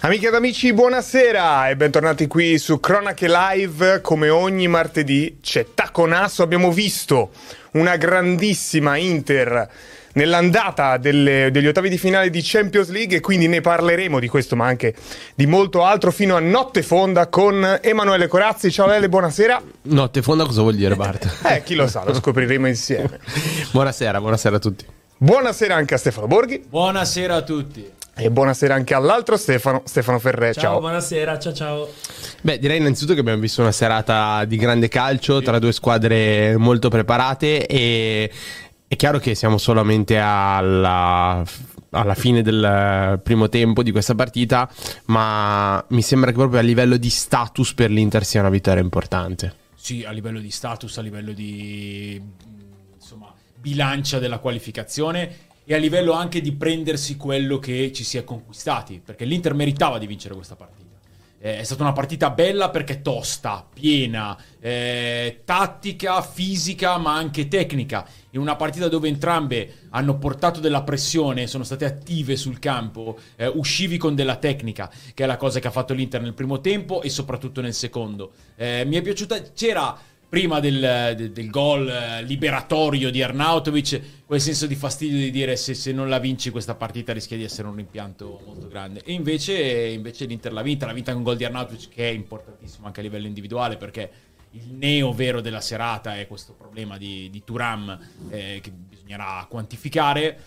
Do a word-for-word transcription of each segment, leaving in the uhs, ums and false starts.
Amiche ed amici, buonasera e bentornati qui su Cronache Live. Come ogni martedì c'è Tacconasso. Abbiamo visto una grandissima Inter nell'andata delle, degli ottavi di finale di Champions League e quindi ne parleremo di questo ma anche di molto altro fino a notte fonda con Emanuele Corazzi. Ciao Lele, buonasera. Notte fonda cosa vuol dire, Bart? Eh, chi lo sa, lo scopriremo insieme. Buonasera, buonasera a tutti. Buonasera anche a Stefano Borghi. Buonasera a tutti. E buonasera anche all'altro Stefano, Stefano Ferré. Ciao. Ciao, buonasera, ciao ciao. Beh, direi innanzitutto che abbiamo visto una serata di grande calcio tra due squadre molto preparate e è chiaro che siamo solamente alla, alla fine del primo tempo di questa partita, ma mi sembra che proprio a livello di status per l'Inter sia una vittoria importante. Sì, a livello di status, a livello di insomma bilancia della qualificazione e a livello anche di prendersi quello che ci si è conquistati, perché l'Inter meritava di vincere questa partita. Eh, è stata una partita bella perché tosta, piena, eh, tattica, fisica ma anche tecnica, in una partita dove entrambe hanno portato della pressione, sono state attive sul campo, eh, uscivi con della tecnica, che è la cosa che ha fatto l'Inter nel primo tempo e soprattutto nel secondo. Eh, mi è piaciuta, c'era prima del, del, del gol eh, liberatorio di Arnautovic quel senso di fastidio di dire se, se non la vinci questa partita rischia di essere un rimpianto molto grande, e invece, invece l'Inter l'ha vinta, l'ha vinta con un gol di Arnautovic che è importantissimo anche a livello individuale, perché il neo vero della serata è questo problema di, di Thuram eh, che bisognerà quantificare,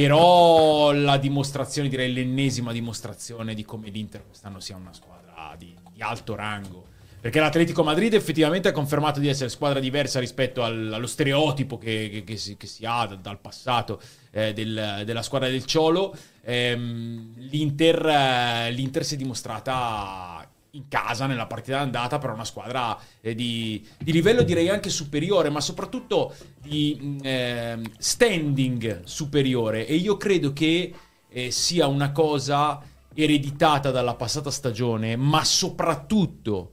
però la dimostrazione, direi l'ennesima dimostrazione di come l'Inter quest'anno sia una squadra di, di alto rango, perché l'Atletico Madrid effettivamente ha confermato di essere squadra diversa rispetto al, allo stereotipo che, che, che, si, che si ha dal passato eh, del, della squadra del Cholo. Ehm, l'Inter, eh, l'Inter si è dimostrata in casa nella partita d'andata però una squadra eh, di, di livello direi anche superiore, ma soprattutto di eh, standing superiore, e io credo che eh, sia una cosa ereditata dalla passata stagione, ma soprattutto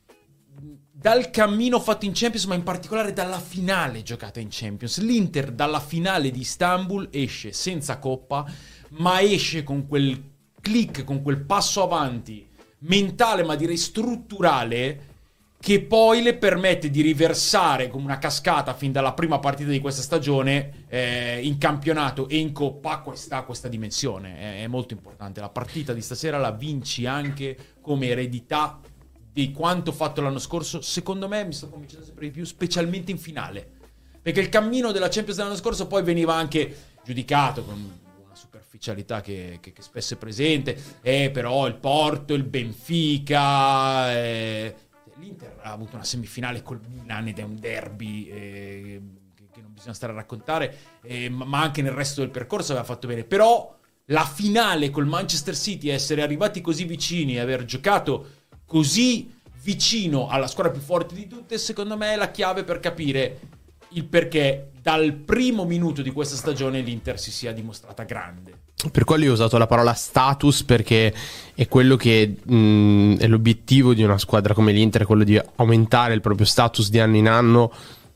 dal cammino fatto in Champions, ma in particolare dalla finale giocata in Champions. L'Inter dalla finale di Istanbul esce senza coppa, ma esce con quel click, con quel passo avanti mentale, ma direi strutturale, che poi le permette di riversare come una cascata fin dalla prima partita di questa stagione eh, in campionato e in coppa questa, questa dimensione. È, è molto importante. La partita di stasera la vinci anche come eredità di quanto fatto l'anno scorso. Secondo me, mi sto convincendo sempre di più, specialmente in finale, perché il cammino della Champions dell'anno scorso poi veniva anche giudicato con una superficialità che, che, che spesso è presente, eh, però il Porto, il Benfica, eh, l'Inter ha avuto una semifinale col Milan ed è un derby eh, che, che non bisogna stare a raccontare, eh, ma anche nel resto del percorso aveva fatto bene, però la finale col Manchester City, essere arrivati così vicini e aver giocato così vicino alla squadra più forte di tutte, secondo me è la chiave per capire il perché dal primo minuto di questa stagione l'Inter si sia dimostrata grande. Per quello io ho usato la parola status, perché è quello che mh, è l'obiettivo di una squadra come l'Inter, è quello di aumentare il proprio status di anno in anno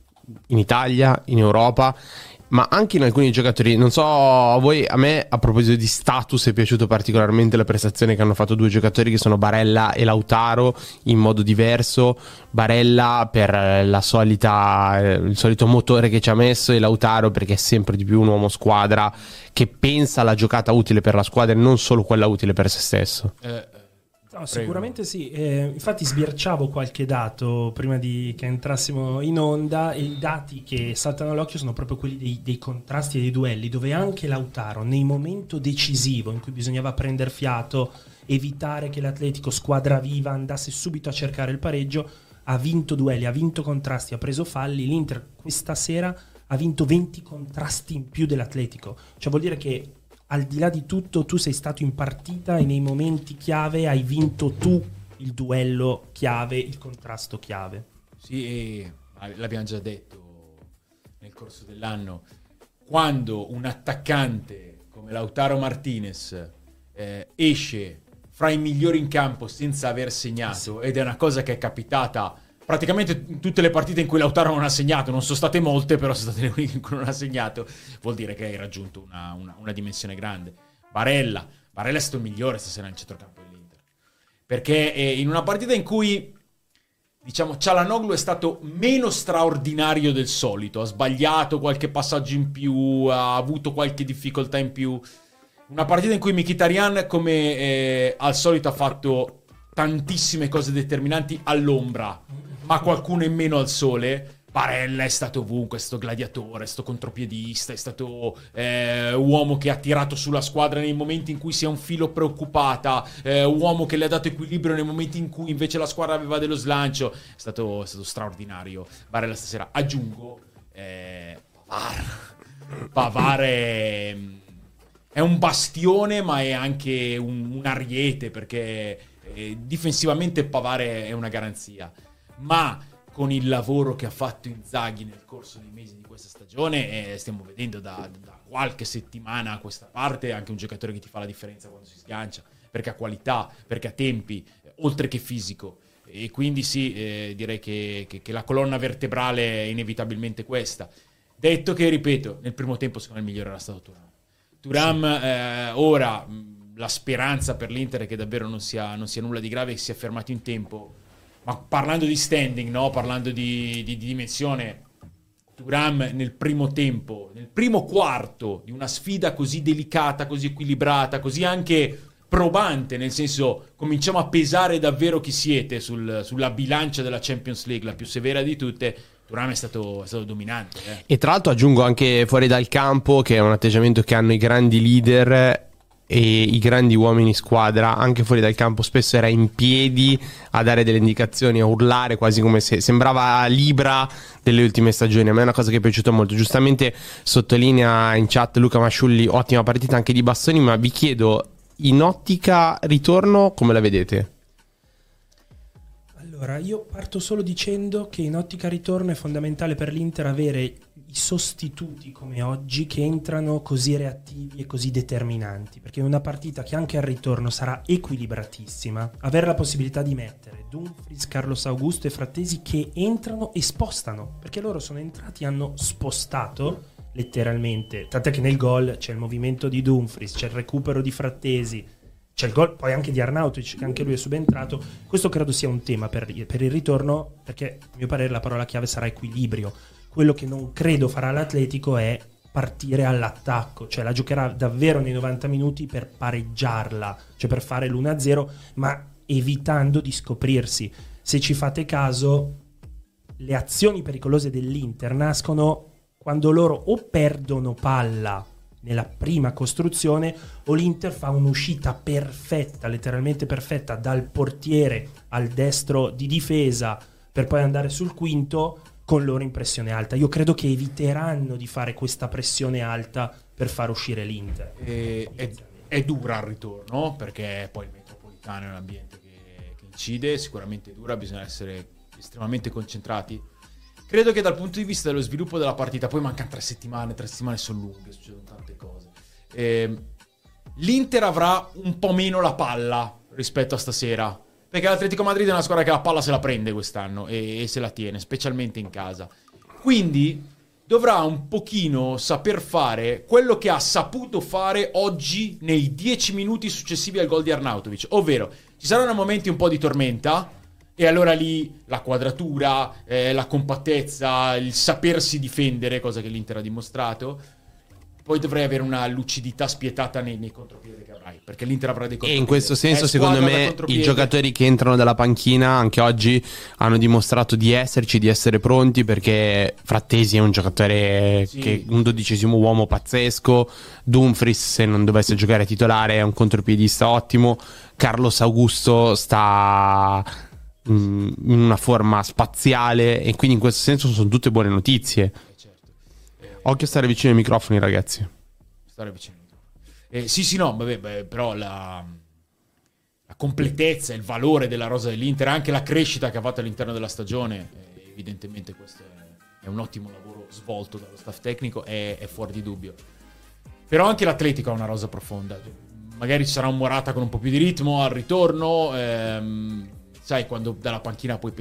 in Italia, in Europa, ma anche in alcuni giocatori. Non so a voi, a me a proposito di status è piaciuto particolarmente la prestazione che hanno fatto due giocatori che sono Barella e Lautaro, in modo diverso. Barella per la solita eh, il solito motore che ci ha messo, e Lautaro perché è sempre di più un uomo squadra che pensa alla giocata utile per la squadra e non solo quella utile per se stesso. Eh, no, sicuramente sì, eh, infatti sbirciavo qualche dato prima di che entrassimo in onda, e i dati che saltano all'occhio sono proprio quelli dei, dei contrasti e dei duelli, dove anche Lautaro nel momento decisivo in cui bisognava prendere fiato, evitare che l'Atletico, squadra viva, andasse subito a cercare il pareggio, ha vinto duelli, ha vinto contrasti, ha preso falli. L'Inter questa sera ha vinto venti contrasti in più dell'Atletico, cioè vuol dire che al di là di tutto tu sei stato in partita e nei momenti chiave hai vinto tu il duello chiave, il contrasto chiave. Sì, e l'abbiamo già detto nel corso dell'anno, quando un attaccante come Lautaro Martinez eh, esce fra i migliori in campo senza aver segnato, ed è una cosa che è capitata praticamente in tutte le partite in cui Lautaro non ha segnato, non sono state molte, però sono state le uniche in cui non ha segnato, vuol dire che hai raggiunto una, una, una dimensione grande. Barella, Barella è stato il migliore stasera nel centrocampo dell'Inter. perché eh, in una partita in cui, diciamo, Çalhanoğlu è stato meno straordinario del solito, ha sbagliato qualche passaggio in più, ha avuto qualche difficoltà in più, una partita in cui Mkhitaryan, come eh, al solito, ha fatto tantissime cose determinanti all'ombra, ma qualcuno in meno al sole. Barella è stato ovunque, è stato gladiatore, è stato contropiedista, è stato eh, uomo che ha tirato sulla squadra nei momenti in cui si è un filo preoccupata, eh, uomo che le ha dato equilibrio nei momenti in cui invece la squadra aveva dello slancio. È stato, è stato straordinario Barella stasera. Aggiungo eh, Pavard. Pavard è, è un bastione, ma è anche un, un ariete, perché eh, difensivamente Pavard è una garanzia, ma con il lavoro che ha fatto Inzaghi nel corso dei mesi di questa stagione, eh, stiamo vedendo da, da qualche settimana a questa parte anche un giocatore che ti fa la differenza quando si sgancia, perché ha qualità, perché ha tempi, eh, oltre che fisico. E quindi sì, eh, direi che, che, che la colonna vertebrale è inevitabilmente questa. Detto che, ripeto, nel primo tempo secondo me il migliore era stato Thuram. Thuram, sì. eh, ora mh, la speranza per l'Inter è che davvero non sia, non sia nulla di grave, che sia fermato in tempo. Ma parlando di standing, no? Parlando di, di, di dimensione, Thuram nel primo tempo, nel primo quarto di una sfida così delicata, così equilibrata, così anche probante, nel senso, cominciamo a pesare davvero chi siete sul, sulla bilancia della Champions League, la più severa di tutte. Thuram è stato, è stato dominante. Eh. E tra l'altro aggiungo anche fuori dal campo, che è un atteggiamento che hanno i grandi leader e i grandi uomini squadra, anche fuori dal campo spesso era in piedi a dare delle indicazioni, a urlare, quasi come se sembrava Libra delle ultime stagioni. A me è una cosa che è piaciuta molto. Giustamente sottolinea in chat Luca Masciulli, ottima partita anche di Bastoni, ma vi chiedo, in ottica ritorno come la vedete? Allora, io parto solo dicendo che in ottica ritorno è fondamentale per l'Inter avere i sostituti come oggi che entrano così reattivi e così determinanti, perché in una partita che anche al ritorno sarà equilibratissima, avere la possibilità di mettere Dumfries, Carlos Augusto e Frattesi che entrano e spostano, perché loro sono entrati e hanno spostato letteralmente, tant'è che nel gol c'è il movimento di Dumfries, c'è il recupero di Frattesi, c'è il gol poi anche di Arnautovic, che anche lui è subentrato. Questo credo sia un tema per, per il ritorno, perché a mio parere la parola chiave sarà equilibrio. Quello che non credo farà l'Atletico è partire all'attacco, cioè la giocherà davvero nei novanta minuti per pareggiarla, cioè per fare l'uno a zero, ma evitando di scoprirsi. Se ci fate caso, le azioni pericolose dell'Inter nascono quando loro o perdono palla nella prima costruzione o l'Inter fa un'uscita perfetta, letteralmente perfetta, dal portiere al destro di difesa per poi andare sul quinto con loro in pressione alta. Io credo che eviteranno di fare questa pressione alta per far uscire l'Inter. E, è, è dura al ritorno, perché poi il metropolitano è un ambiente che, che incide, sicuramente dura, bisogna essere estremamente concentrati. Credo che dal punto di vista dello sviluppo della partita, poi mancano tre settimane, tre settimane sono lunghe, succedono tante cose. E l'Inter avrà un po' meno la palla rispetto a stasera, perché l'Atletico Madrid è una squadra che la palla se la prende quest'anno e, e se la tiene, specialmente in casa. Quindi dovrà un pochino saper fare quello che ha saputo fare oggi nei dieci minuti successivi al gol di Arnautovic, ovvero ci saranno momenti un po' di tormenta, e allora lì la quadratura, eh, la compattezza, il sapersi difendere, cosa che l'Inter ha dimostrato. Poi dovrei avere una lucidità spietata nei, nei contropiedi che avrai, perché l'Inter avrà dei contropiedi. E in questo senso, secondo me, i giocatori che entrano dalla panchina anche oggi hanno dimostrato di esserci, di essere pronti, perché Frattesi è un giocatore sì. che un dodicesimo uomo pazzesco. Dumfries, se non dovesse giocare titolare, è un contropiedista ottimo. Carlos Augusto sta in una forma spaziale, e quindi in questo senso sono tutte buone notizie. Eh certo. eh, Occhio a stare vicino ai microfoni, ragazzi. Stare vicino ai microfoni. Eh, sì, sì, no, vabbè, beh, però la, la completezza, il valore della rosa dell'Inter, anche la crescita che ha fatto all'interno della stagione, eh, evidentemente questo è, è un ottimo lavoro svolto dallo staff tecnico, è, è fuori di dubbio. Però anche l'Atletico ha una rosa profonda. Magari ci sarà un Morata con un po' più di ritmo al ritorno, ehm, sai, quando dalla panchina puoi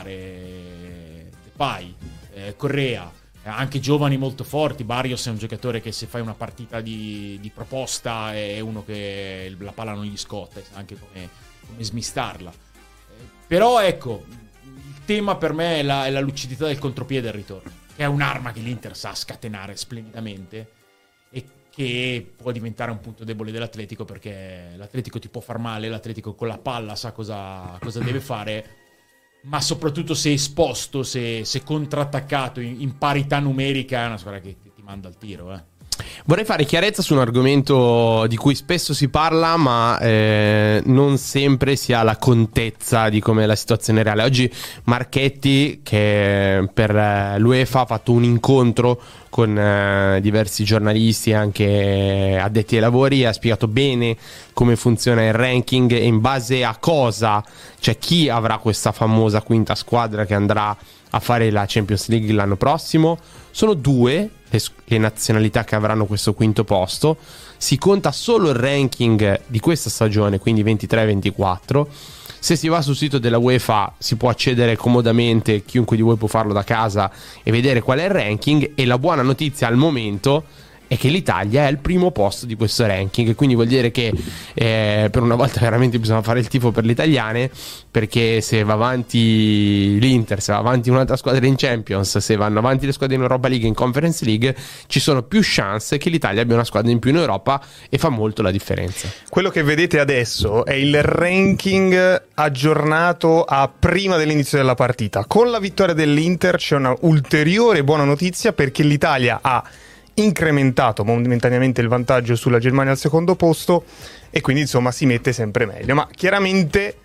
pescare Depay, eh, Correa, eh, anche giovani molto forti. Barrios è un giocatore che, se fai una partita di, di proposta, è uno che la palla non gli scotta, anche come come smistarla. Eh, però ecco, il tema per me è la, è la lucidità del contropiede al ritorno, che è un'arma che l'Inter sa scatenare splendidamente e che può diventare un punto debole dell'Atletico, perché l'Atletico ti può far male, l'Atletico con la palla sa cosa, cosa deve fare, ma soprattutto se esposto, se, se contrattaccato in, in parità numerica, è una squadra che ti, ti manda al tiro, eh. Vorrei fare chiarezza su un argomento di cui spesso si parla, ma eh, non sempre si ha la contezza di come è la situazione reale. Oggi Marchetti, che per l'UEFA ha fatto un incontro con eh, diversi giornalisti e anche addetti ai lavori, ha spiegato bene come funziona il ranking e in base a cosa, cioè chi avrà questa famosa quinta squadra che andrà a fare la Champions League l'anno prossimo. Sono due le, le nazionalità che avranno questo quinto posto. Si conta solo il ranking di questa stagione, quindi ventitré ventiquattro. Se si va sul sito della UEFA si può accedere comodamente, chiunque di voi può farlo da casa e vedere qual è il ranking. E la buona notizia al momento è che l'Italia è al primo posto di questo ranking, quindi vuol dire che eh, per una volta veramente bisogna fare il tifo per le italiane, perché se va avanti l'Inter, se va avanti un'altra squadra in Champions, se vanno avanti le squadre in Europa League e in Conference League, ci sono più chance che l'Italia abbia una squadra in più in Europa, e fa molto la differenza. Quello che vedete adesso è il ranking aggiornato a prima dell'inizio della partita. Con la vittoria dell'Inter c'è una ulteriore buona notizia, perché l'Italia ha incrementato momentaneamente il vantaggio sulla Germania al secondo posto e quindi insomma si mette sempre meglio, ma chiaramente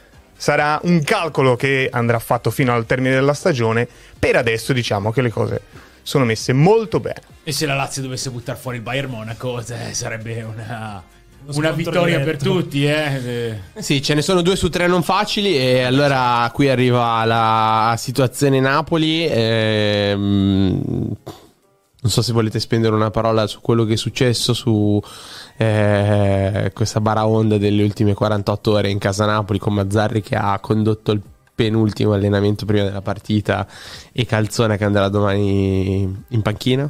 sarà un calcolo che andrà fatto fino al termine della stagione. Per adesso diciamo che le cose sono messe molto bene. E se la Lazio dovesse buttare fuori il Bayern Monaco, eh, sarebbe una una vittoria diretto per tutti, eh. Sì, ce ne sono due su tre non facili, e allora qui arriva la situazione Napoli. ehm... Non so se volete spendere una parola su quello che è successo, su eh, questa baraonda delle ultime quarantotto ore in casa Napoli, con Mazzarri che ha condotto il penultimo allenamento prima della partita e Calzona che andrà domani in panchina.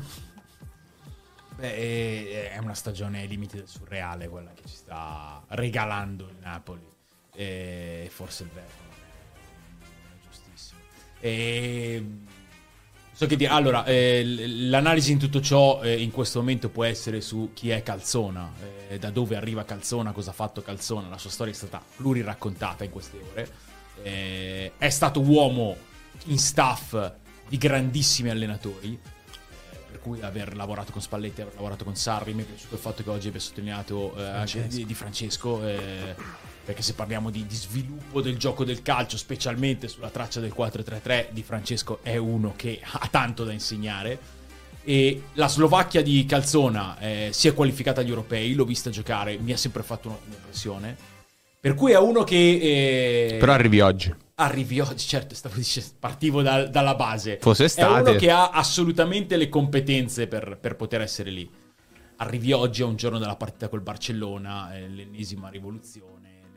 Beh, è una stagione ai limiti del surreale quella che ci sta regalando il Napoli, e forse il verbo non è giustissimo. E... So che dire. Allora, eh, l'analisi in tutto ciò eh, in questo momento può essere su chi è Calzona, eh, da dove arriva Calzona, cosa ha fatto Calzona. La sua storia è stata pluriraccontata in queste ore. Eh, è stato uomo in staff di grandissimi allenatori, eh, per cui aver lavorato con Spalletti, aver lavorato con Sarri. Mi è piaciuto il fatto che oggi abbia sottolineato eh, anche di, di Francesco, eh, perché se parliamo di, di sviluppo del gioco del calcio, specialmente sulla traccia del quattro tre tre, Di Francesco è uno che ha tanto da insegnare. E la Slovacchia di Calzona eh, si è qualificata agli europei, l'ho vista giocare, mi ha sempre fatto un'ottima impressione, per cui è uno che eh, però arrivi oggi arrivi oggi certo, stavo dicendo, partivo da, dalla base, fosse estate. È uno che ha assolutamente le competenze per, per poter essere lì. Arrivi oggi a un giorno della partita col Barcellona, eh, l'ennesima rivoluzione,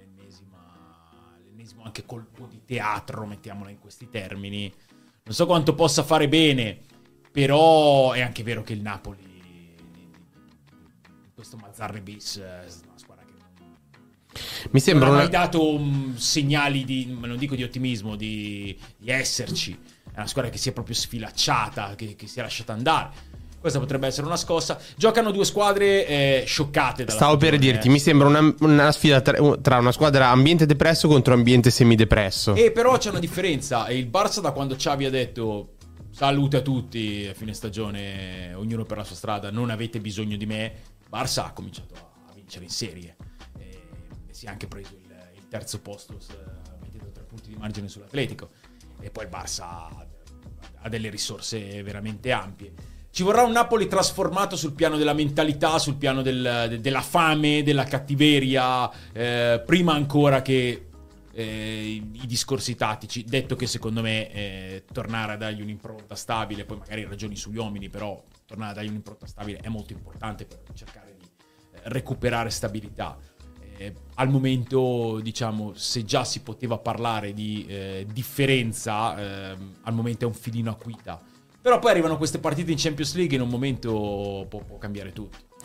anche colpo di teatro, mettiamola in questi termini. Non so quanto possa fare bene, però è anche vero che il Napoli, questo Mazzarri bis, è una squadra che mi sembra non ha una... mai dato um, segnali di, non dico di ottimismo, di, di esserci. È una squadra che si è proprio sfilacciata, che, che si è lasciata andare. Questa potrebbe essere una scossa. Giocano due squadre eh, scioccate dalla Stavo stagione, per dirti, eh. mi sembra una, una sfida tra, tra una squadra ambiente depresso contro ambiente semidepresso. E però c'è una differenza. Il Barça, da quando Xavi ha detto salute a tutti a fine stagione, ognuno per la sua strada, non avete bisogno di me, Barça ha cominciato a vincere in serie. E si è anche preso il, il terzo posto, mettendo tre punti di margine sull'Atletico. E poi il Barça ha, ha delle risorse veramente ampie. Ci vorrà un Napoli trasformato sul piano della mentalità, sul piano del, de, della fame, della cattiveria, eh, prima ancora che eh, i discorsi tattici. Detto che secondo me eh, tornare a dargli un'impronta stabile, poi magari ragioni sugli uomini, però tornare a dargli un'impronta stabile è molto importante per cercare di eh, recuperare stabilità. Eh, al momento, diciamo, se già si poteva parlare di eh, differenza, eh, al momento è un filino a quita. Però poi arrivano queste partite in Champions League, in un momento può, può cambiare tutto.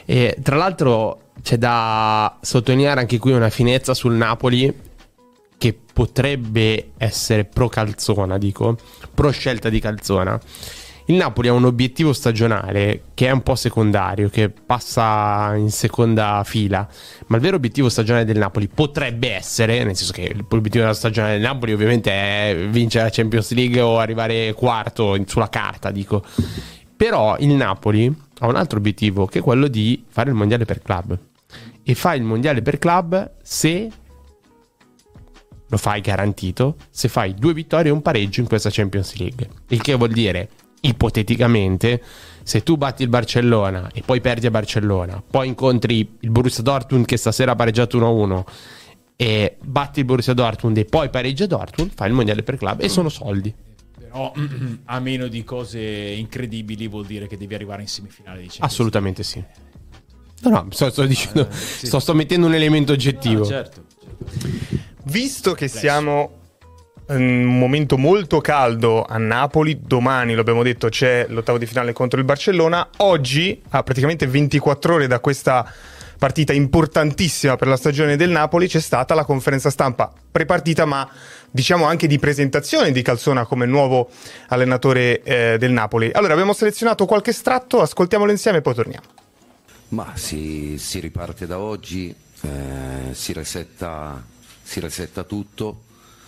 E tra l'altro c'è da sottolineare anche qui una finezza sul Napoli che potrebbe essere pro Calzona, dico, pro scelta di Calzona. Il Napoli ha un obiettivo stagionale che è un po' secondario, che passa in seconda fila, ma il vero obiettivo stagionale del Napoli potrebbe essere, nel senso che l'obiettivo della stagionale del Napoli ovviamente è vincere la Champions League o arrivare quarto in, sulla carta, dico. Però il Napoli ha un altro obiettivo, che è quello di fare il mondiale per club, e fa il mondiale per club se lo fai garantito, se fai due vittorie e un pareggio in questa Champions League, il che vuol dire ipoteticamente, se tu batti il Barcellona e poi perdi a Barcellona, poi incontri il Borussia Dortmund che stasera ha pareggiato uno a uno e batti il Borussia Dortmund e poi pareggia Dortmund, fai il mondiale per club e sono soldi. Però a meno di cose incredibili vuol dire che devi arrivare in semifinale di Champions. Assolutamente sì. No, no, sto, sto dicendo, eh, sì. sto, sto mettendo un elemento oggettivo. No, certo. Visto che siamo in un momento molto caldo a Napoli, domani, lo abbiamo detto, c'è l'ottavo di finale contro il Barcellona. Oggi, a praticamente ventiquattro ore da questa partita importantissima per la stagione del Napoli, c'è stata la conferenza stampa prepartita, ma diciamo anche di presentazione di Calzona come nuovo allenatore eh, del Napoli. Allora, abbiamo selezionato qualche estratto, ascoltiamolo insieme e poi torniamo. Ma si, si riparte da oggi, eh, si resetta, si resetta tutto,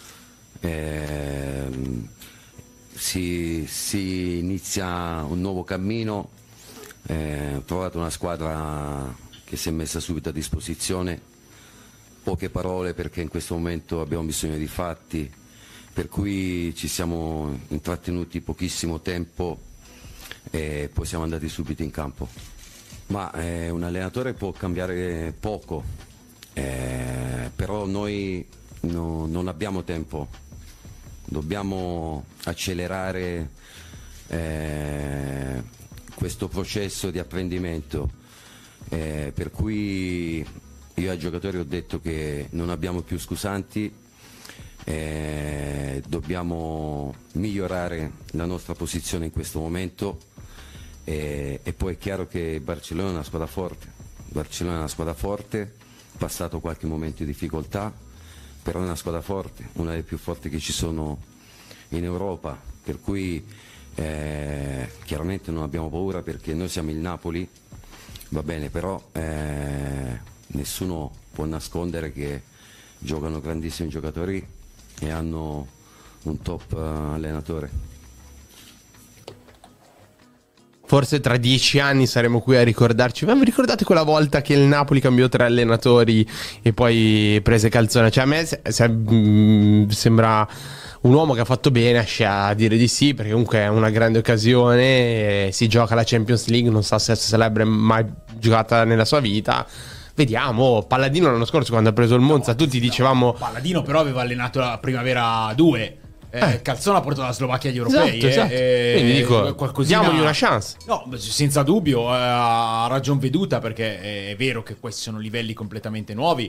eh, si, si inizia un nuovo cammino, eh, ho trovato una squadra che si è messa subito a disposizione, poche parole perché in questo momento abbiamo bisogno di fatti, per cui ci siamo intrattenuti pochissimo tempo e poi siamo andati subito in campo. Ma eh, un allenatore può cambiare poco, eh, però noi no, non abbiamo tempo, dobbiamo accelerare eh, questo processo di apprendimento, eh, per cui io ai giocatori ho detto che non abbiamo più scusanti, eh, dobbiamo migliorare la nostra posizione in questo momento. E, e poi è chiaro che Barcellona è una squadra forte, Barcellona è una squadra forte, passato qualche momento di difficoltà, però è una squadra forte, una delle più forti che ci sono in Europa, per cui eh, chiaramente non abbiamo paura perché noi siamo il Napoli, va bene, però eh, nessuno può nascondere che giocano grandissimi giocatori e hanno un top uh, allenatore. Forse tra dieci anni saremo qui a ricordarci. Ma vi ricordate quella volta che il Napoli cambiò tre allenatori e poi prese Calzona? Cioè a me se, se, mh, sembra un uomo che ha fatto bene a dire di sì, perché comunque è una grande occasione, si gioca la Champions League, non so se se l'avrebbe mai giocata nella sua vita. Vediamo, Palladino l'anno scorso quando ha preso il Monza, no, tutti dicevamo... Palladino però aveva allenato la Primavera due. Eh, Calzona ha portato la Slovacchia agli europei. Esatto, esatto. Eh, Quindi dico, qualcosina... diamogli una chance. No, senza dubbio, eh, ha ragion veduta, perché è vero che questi sono livelli completamente nuovi,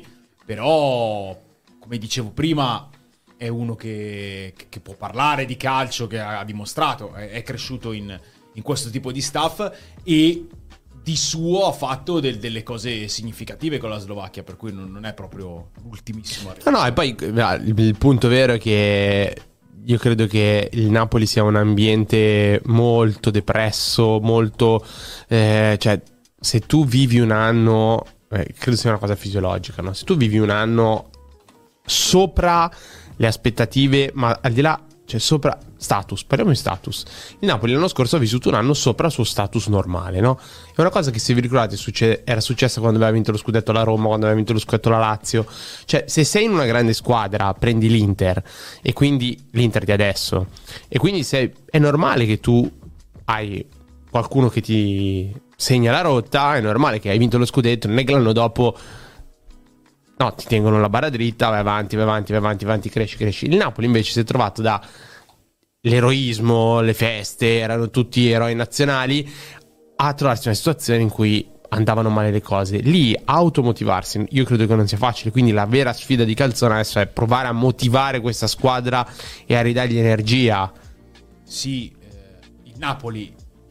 però, come dicevo prima, è uno che, che può parlare di calcio, che ha dimostrato, è, è cresciuto in, in questo tipo di staff e di suo ha fatto del, delle cose significative con la Slovacchia, per cui non, non è proprio l'ultimissimo arrivo. No, no, e poi il, il punto vero è che io credo che il Napoli sia un ambiente molto depresso, molto... Eh, cioè, se tu vivi un anno... Eh, credo sia una cosa fisiologica, no? Se tu vivi un anno sopra le aspettative, ma al di là... Cioè sopra status, parliamo di status. Il Napoli l'anno scorso ha vissuto un anno sopra il suo status normale, no? È una cosa che, se vi ricordate, succede, era successa quando aveva vinto lo scudetto la Roma, quando aveva vinto lo scudetto la Lazio. Cioè, se sei in una grande squadra, prendi l'Inter, e quindi l'Inter di adesso, e quindi sei, è normale che tu hai qualcuno che ti segna la rotta, è normale che hai vinto lo scudetto, non è che l'anno dopo... No, ti tengono la barra dritta, vai avanti, vai avanti, vai avanti, vai avanti, cresci, cresci. Il Napoli invece si è trovato da l'eroismo, le feste, erano tutti eroi nazionali, a trovarsi in una situazione in cui andavano male le cose. Lì automotivarsi, io credo che non sia facile, quindi la vera sfida di Calzona adesso è provare a motivare questa squadra e a ridargli energia. Sì, eh, il Napoli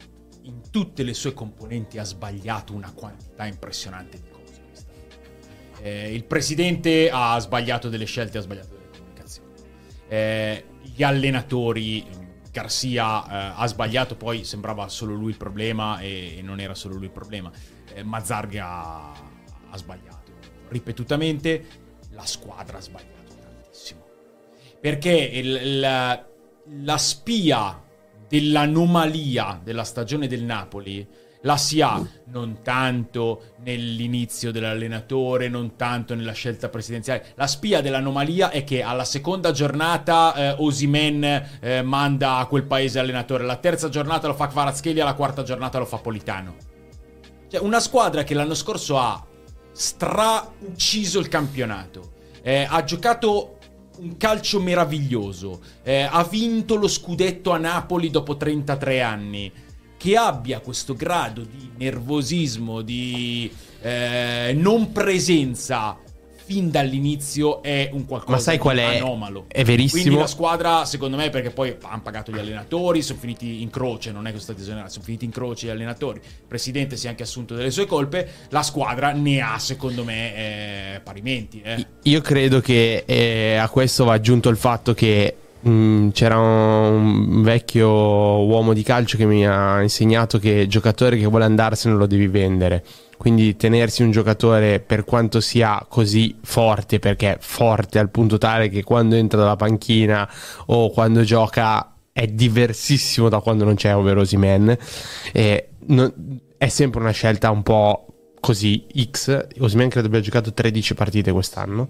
in tutte le sue componenti ha sbagliato una quantità impressionante di cose quest'anno. Eh, il presidente ha sbagliato delle scelte, ha sbagliato delle comunicazioni. Eh, gli allenatori, Garcia eh, ha sbagliato, poi sembrava solo lui il problema e, e non era solo lui il problema. Eh, Mazzarga ha, ha sbagliato ripetutamente, la squadra ha sbagliato tantissimo. Perché il, la, la spia dell'anomalia della stagione del Napoli la si ha non tanto nell'inizio dell'allenatore, non tanto nella scelta presidenziale. La spia dell'anomalia è che alla seconda giornata eh, Osimhen eh, manda a quel paese allenatore, la terza giornata lo fa Kvaratskhelia, la quarta giornata lo fa Politano. Cioè una squadra che l'anno scorso ha stra-ucciso il campionato, eh, ha giocato un calcio meraviglioso, eh, ha vinto lo scudetto a Napoli dopo trentatré anni, che abbia questo grado di nervosismo, di eh, non presenza fin dall'inizio è un qualcosa Ma sai qual è? anomalo. È verissimo. Quindi la squadra, secondo me, perché poi hanno pagato gli allenatori, sono finiti in croce, non è che sono stati esonerati, sono finiti in croce gli allenatori. Il presidente si è anche assunto delle sue colpe, la squadra ne ha, secondo me, eh, parimenti. Eh. Io credo che eh, a questo va aggiunto il fatto che mh, c'era un vecchio uomo di calcio che mi ha insegnato che il giocatore che vuole andarsene lo devi vendere. Quindi tenersi un giocatore, per quanto sia così forte, perché è forte al punto tale che quando entra dalla panchina o quando gioca è diversissimo da quando non c'è, ovvero Osimhen, eh, non, è sempre una scelta un po' così X. Osimhen credo abbia giocato tredici partite quest'anno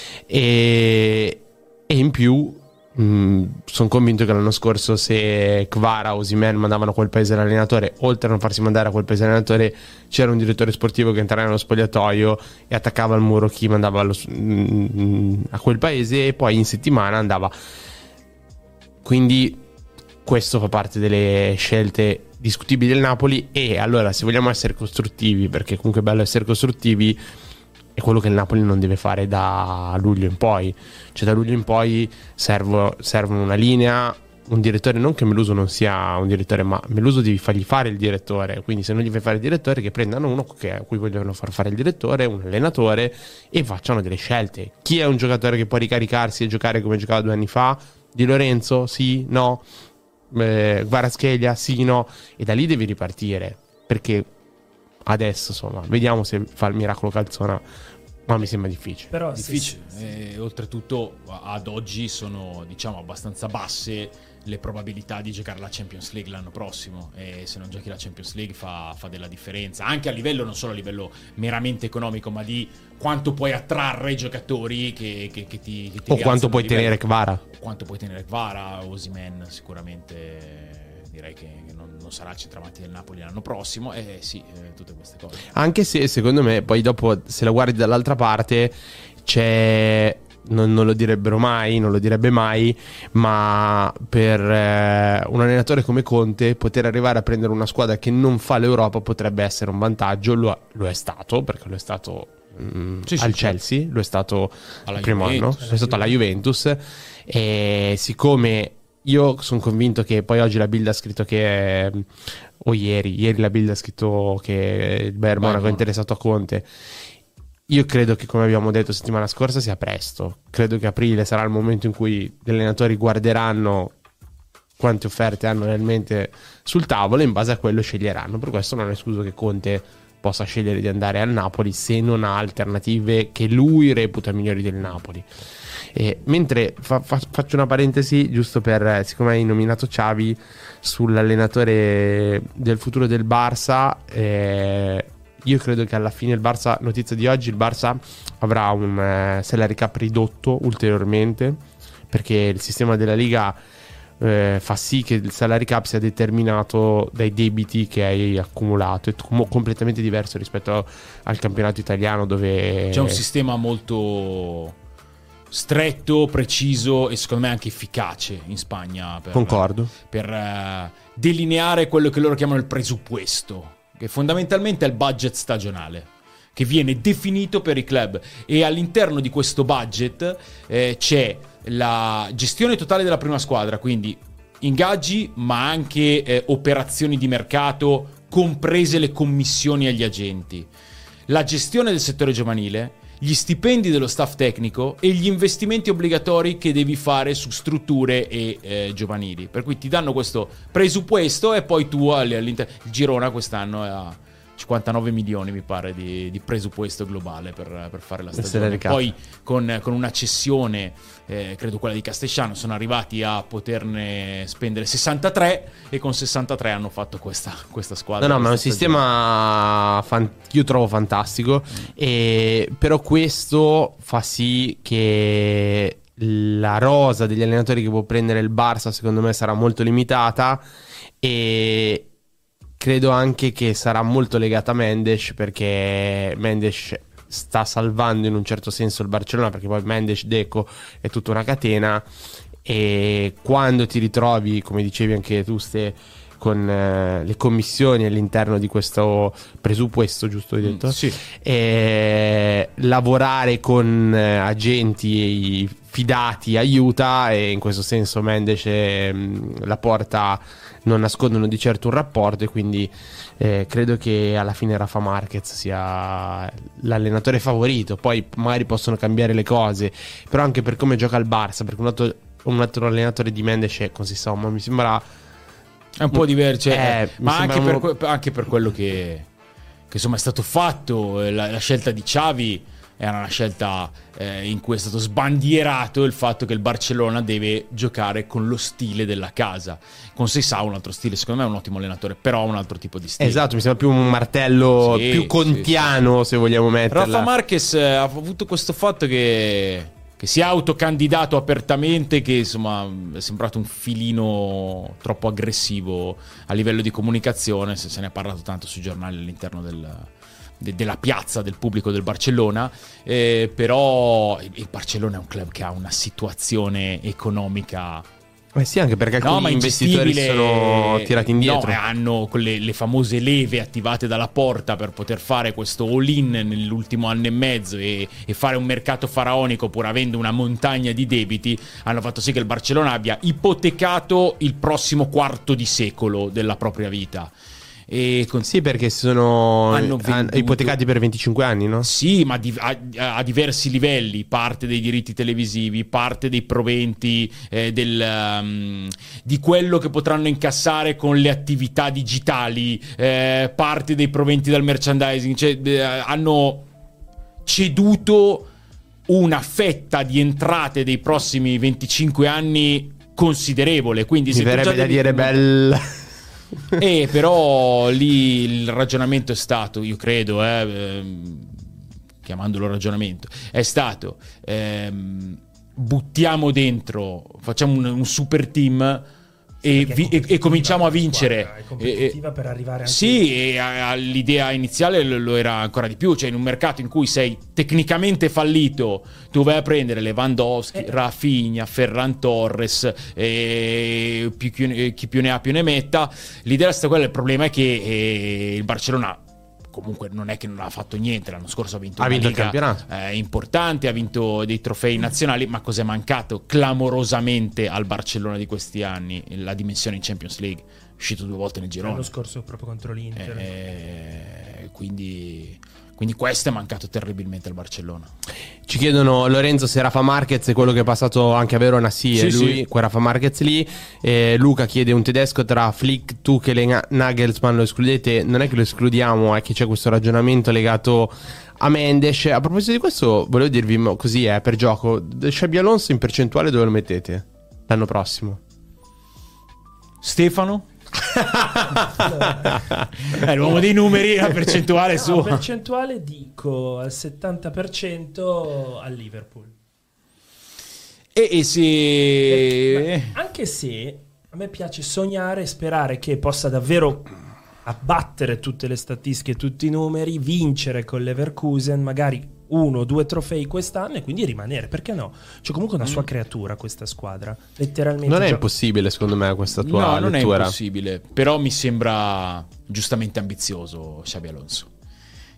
e, e in più sono convinto che l'anno scorso, se Kvara o Osimhen mandavano a quel paese l'allenatore, oltre a non farsi mandare a quel paese l'allenatore, c'era un direttore sportivo che entrava nello spogliatoio e attaccava al muro chi mandava allo, a quel paese, e poi in settimana andava. Quindi questo fa parte delle scelte discutibili del Napoli. E allora, se vogliamo essere costruttivi, perché comunque è bello essere costruttivi, è quello che il Napoli non deve fare da luglio in poi. Cioè da luglio in poi servo, servono una linea, un direttore, non che Meluso non sia un direttore, ma Meluso devi fargli fare il direttore. Quindi se non gli fai fare il direttore, che prendano uno che, a cui vogliono far fare il direttore, un allenatore, e facciano delle scelte. Chi è un giocatore che può ricaricarsi e giocare come giocava due anni fa? Di Lorenzo? Sì? No? Eh, Kvaratskhelia? Sì? No? E da lì devi ripartire, perché adesso insomma vediamo se fa il miracolo Calzona, ma mi sembra difficile. Però difficile. sì, sì, sì. E oltretutto ad oggi sono, diciamo, abbastanza basse le probabilità di giocare la Champions League l'anno prossimo, e se non giochi la Champions League fa, fa della differenza, anche a livello, non solo a livello meramente economico, ma di quanto puoi attrarre i giocatori che, che, che ti, che ti o quanto puoi tenere Kvara, quanto puoi tenere Kvara. Osimhen sicuramente direi che non, non sarà centravanti del Napoli l'anno prossimo, e eh, sì, eh, tutte queste cose. Anche se secondo me poi dopo, se la guardi dall'altra parte, c'è, non, non lo direbbero mai, non lo direbbe mai, ma per eh, un allenatore come Conte poter arrivare a prendere una squadra che non fa l'Europa potrebbe essere un vantaggio. Lo, lo è stato, perché lo è stato mh, sì, al sì, Chelsea, certo. lo è stato alla il primo Juventus, anno, lo è stato alla Juventus, e siccome io sono convinto che poi oggi la Bild ha scritto che, o ieri, ieri la Bild ha scritto che il Bayern Monaco è interessato a Conte. Io credo che, come abbiamo detto settimana scorsa, sia presto. Credo che aprile sarà il momento in cui gli allenatori guarderanno quante offerte hanno realmente sul tavolo e in base a quello sceglieranno. Per questo non è escluso che Conte possa scegliere di andare al Napoli se non ha alternative che lui reputa migliori del Napoli. E mentre fa, fa, faccio una parentesi giusto per, siccome hai nominato Xavi, sull'allenatore del futuro del Barça, eh, io credo che alla fine il Barça, notizia di oggi, il Barça avrà un eh, salary cap ridotto ulteriormente, perché il sistema della Liga eh, fa sì che il salary cap sia determinato dai debiti che hai accumulato. È com- completamente diverso rispetto al campionato italiano, dove c'è un sistema molto stretto, preciso e secondo me anche efficace in Spagna per, concordo per uh, delineare quello che loro chiamano il presupposto, che fondamentalmente è il budget stagionale che viene definito per i club, e all'interno di questo budget eh, c'è la gestione totale della prima squadra, quindi ingaggi, ma anche eh, operazioni di mercato, comprese le commissioni agli agenti, la gestione del settore giovanile, gli stipendi dello staff tecnico e gli investimenti obbligatori che devi fare su strutture e eh, giovanili. Per cui ti danno questo presupposto e poi tu all'interno. Il Girona quest'anno è a cinquantanove milioni, mi pare, di, di presupposto globale per, per fare la stagione. Poi con, con una cessione, eh, credo quella di Castesciano, sono arrivati a poterne spendere sessantatré e con sessantatré hanno fatto questa, questa squadra. No, no, ma è un sistema fan- io trovo fantastico, mm. e, però questo fa sì che la rosa degli allenatori che può prendere il Barça secondo me sarà molto limitata, e credo anche che sarà molto legata a Mendes, perché Mendes sta salvando in un certo senso il Barcellona, perché poi Mendes, Deco è tutta una catena, e quando ti ritrovi, come dicevi anche tu Ste, con eh, le commissioni all'interno di questo presupposto, giusto hai detto? Mm, sì. E lavorare con eh, agenti fidati aiuta, e in questo senso Mendes e mh, Laporta non nascondono di certo un rapporto, e quindi eh, credo che alla fine Rafa Marquez sia l'allenatore favorito. Poi magari possono cambiare le cose, però anche per come gioca il Barça, perché un altro, un altro allenatore di Mendes è così, insomma, mi sembra è un po' diverso, eh, ma anche un... per, anche per quello che, che insomma è stato fatto. La, la scelta di Xavi era una scelta eh, in cui è stato sbandierato il fatto che il Barcellona deve giocare con lo stile della casa. Con Seisao un altro stile, secondo me è un ottimo allenatore, però un altro tipo di stile. Esatto, mi sembra più un martello, sì, più kantiano, sì, sì. Se vogliamo metterla. Rafa Marquez ha avuto questo fatto che, che si è autocandidato apertamente, che insomma è sembrato un filino troppo aggressivo a livello di comunicazione. Se, se ne è parlato tanto sui giornali all'interno del... della piazza, del pubblico del Barcellona, eh, però il Barcellona è un club che ha una situazione economica, eh sì, anche perché alcuni no, investitori sono tirati indietro, no, hanno quelle, le famose leve attivate dalla Porta per poter fare questo all-in nell'ultimo anno e mezzo e, e fare un mercato faraonico pur avendo una montagna di debiti. Hanno fatto sì che il Barcellona abbia ipotecato il prossimo quarto di secolo della propria vita. E con... Sì, perché sono hanno venduto... ipotecati per venticinque anni, no? Sì, ma di, a, a diversi livelli, parte dei diritti televisivi, parte dei proventi eh, del, um, di quello che potranno incassare con le attività digitali, eh, parte dei proventi dal merchandising, cioè eh, hanno ceduto una fetta di entrate dei prossimi venticinque anni considerevole, quindi mi se verrebbe da devi... dire bella. E però lì il ragionamento è stato, io credo, eh, ehm, chiamandolo ragionamento, è stato ehm, buttiamo dentro, facciamo un, un super team e, vi, e, e cominciamo a vincere. È competitiva e, per arrivare anche... Sì, e a, a, l'idea iniziale lo, lo era ancora di più, cioè in un mercato in cui sei tecnicamente fallito, tu vai a prendere Lewandowski, eh. Rafinha, Ferran Torres, e più, chi più ne ha più ne metta. L'idea è stata quella, il problema è che eh, il Barcellona comunque non è che non ha fatto niente, l'anno scorso ha vinto, ha una vinto liga, il campionato eh, importante, ha vinto dei trofei nazionali, ma cos'è mancato clamorosamente al Barcellona di questi anni? La dimensione in Champions League, è uscito due volte nel girone l'anno scorso proprio contro l'Inter, eh, quindi, quindi questo è mancato terribilmente al Barcellona. Ci chiedono Lorenzo se Rafa Marquez è quello che è passato anche a Verona. Sì, sì è lui, sì. quel Rafa Marquez lì. eh, Luca chiede un tedesco tra Flick, Tuchel e Nagelsmann, lo escludete? Non è che lo escludiamo, è che c'è questo ragionamento legato a Mendes. A proposito di questo volevo dirvi così, è per gioco, Xabi Alonso in percentuale dove lo mettete l'anno prossimo? Stefano? È l'uomo dei numeri, la percentuale no, sua. Percentuale dico al settanta per cento al Liverpool. E, e se eh, anche se a me piace sognare e sperare che possa davvero abbattere tutte le statistiche, tutti i numeri, vincere con l'Leverkusen, magari uno o due trofei quest'anno e quindi rimanere, perché no? C'è comunque una sua creatura questa squadra, letteralmente. Non è gio- impossibile secondo me questa tua no, non lettura. è impossibile, però mi sembra giustamente ambizioso Xabi Alonso.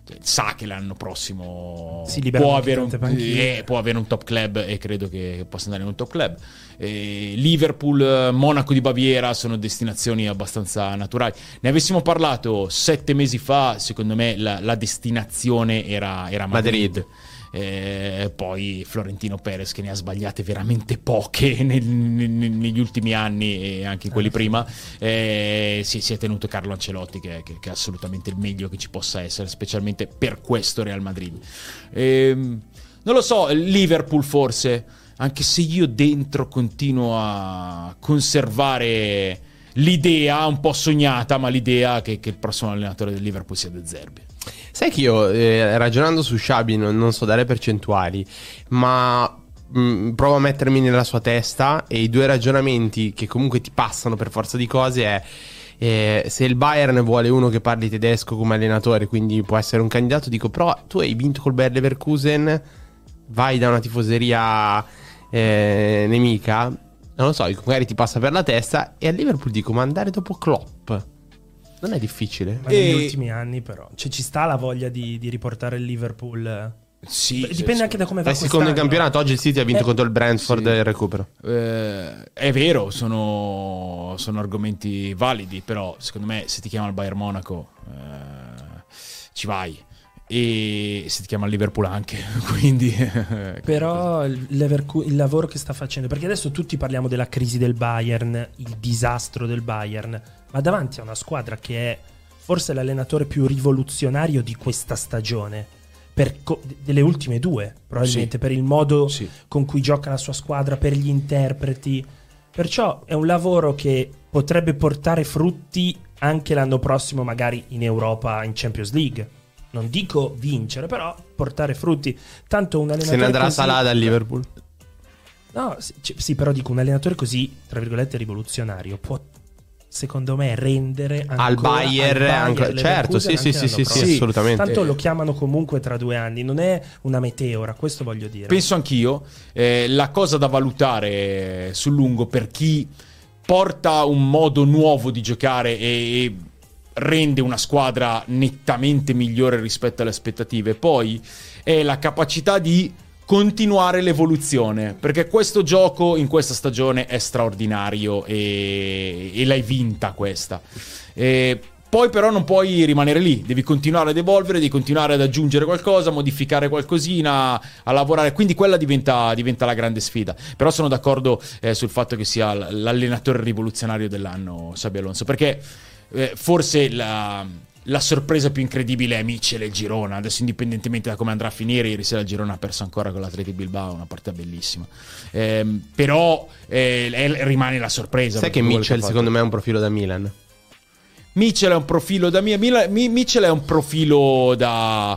sa che l'anno prossimo si può avere, un, eh, può avere un top club, e credo che possa andare in un top club. eh, Liverpool, Monaco di Baviera sono destinazioni abbastanza naturali. Ne avessimo parlato sette mesi fa, secondo me la, la destinazione era, era Madrid, Madrid. Eh, poi Florentino Perez, che ne ha sbagliate veramente poche nel, nel, negli ultimi anni e anche in quelli eh, prima, eh, si, si è tenuto Carlo Ancelotti, che, che, che è assolutamente il meglio che ci possa essere, specialmente per questo Real Madrid. eh, non lo so, Liverpool forse, anche se io dentro continuo a conservare l'idea un po' sognata, ma l'idea che, che il prossimo allenatore del Liverpool sia De Zerbi. Sai che io, eh, ragionando su Xabi, non, non so dare percentuali, ma mh, provo a mettermi nella sua testa, e i due ragionamenti che comunque ti passano per forza di cose è eh, se il Bayern vuole uno che parli tedesco come allenatore, quindi può essere un candidato, dico, però tu hai vinto col Bayer Leverkusen, vai da una tifoseria eh, nemica, non lo so, magari ti passa per la testa, e al Liverpool dico, ma andare dopo Klopp non è difficile. Ma negli e... ultimi anni però, cioè, ci sta la voglia di, di riportare il Liverpool. Sì, dipende sì, anche da come va. È secondo il campionato. Oggi il City ha vinto eh, contro il Brentford, sì. Il recupero. Eh, è vero, sono, sono argomenti validi, però secondo me se ti chiama il Bayern Monaco eh, ci vai. E se ti chiama il Liverpool anche, quindi però il, il lavoro che sta facendo, perché adesso tutti parliamo della crisi del Bayern, il disastro del Bayern, ma davanti a una squadra che è forse l'allenatore più rivoluzionario di questa stagione, per co- delle ultime due probabilmente, sì. Per il modo sì. con cui gioca la sua squadra, per gli interpreti, perciò è un lavoro che potrebbe portare frutti anche l'anno prossimo, magari in Europa, in Champions League. Non dico vincere, però portare frutti. Tanto un allenatore, se ne andrà così... Salah dal Liverpool. No, sì, sì, però dico, un allenatore così, tra virgolette, rivoluzionario può, secondo me, rendere ancora al Bayern, al Bayern ancora, certo, sì, sì, sì, sì, sì, assolutamente. Tanto lo chiamano comunque tra due anni, non è una meteora, questo voglio dire. Penso anch'io. Eh, la cosa da valutare sul lungo per chi porta un modo nuovo di giocare e rende una squadra nettamente migliore rispetto alle aspettative, poi è la capacità di continuare l'evoluzione, perché questo gioco in questa stagione è straordinario e, e l'hai vinta questa. E poi però non puoi rimanere lì, devi continuare ad evolvere, devi continuare ad aggiungere qualcosa, modificare qualcosina, a lavorare, quindi quella diventa, diventa la grande sfida. Però sono d'accordo eh, sul fatto che sia l'allenatore rivoluzionario dell'anno Xabi Alonso, perché Eh, forse la, la sorpresa più incredibile è Mitchell e il Girona. Adesso, indipendentemente da come andrà a finire, ieri sera il Girona ha perso ancora con l'Athletic Bilbao, una partita bellissima, eh, però eh, è, rimane la sorpresa. Sai che Mitchell secondo me è un profilo da Milan. Mitchell è un profilo da Milan. Mitchell è un profilo da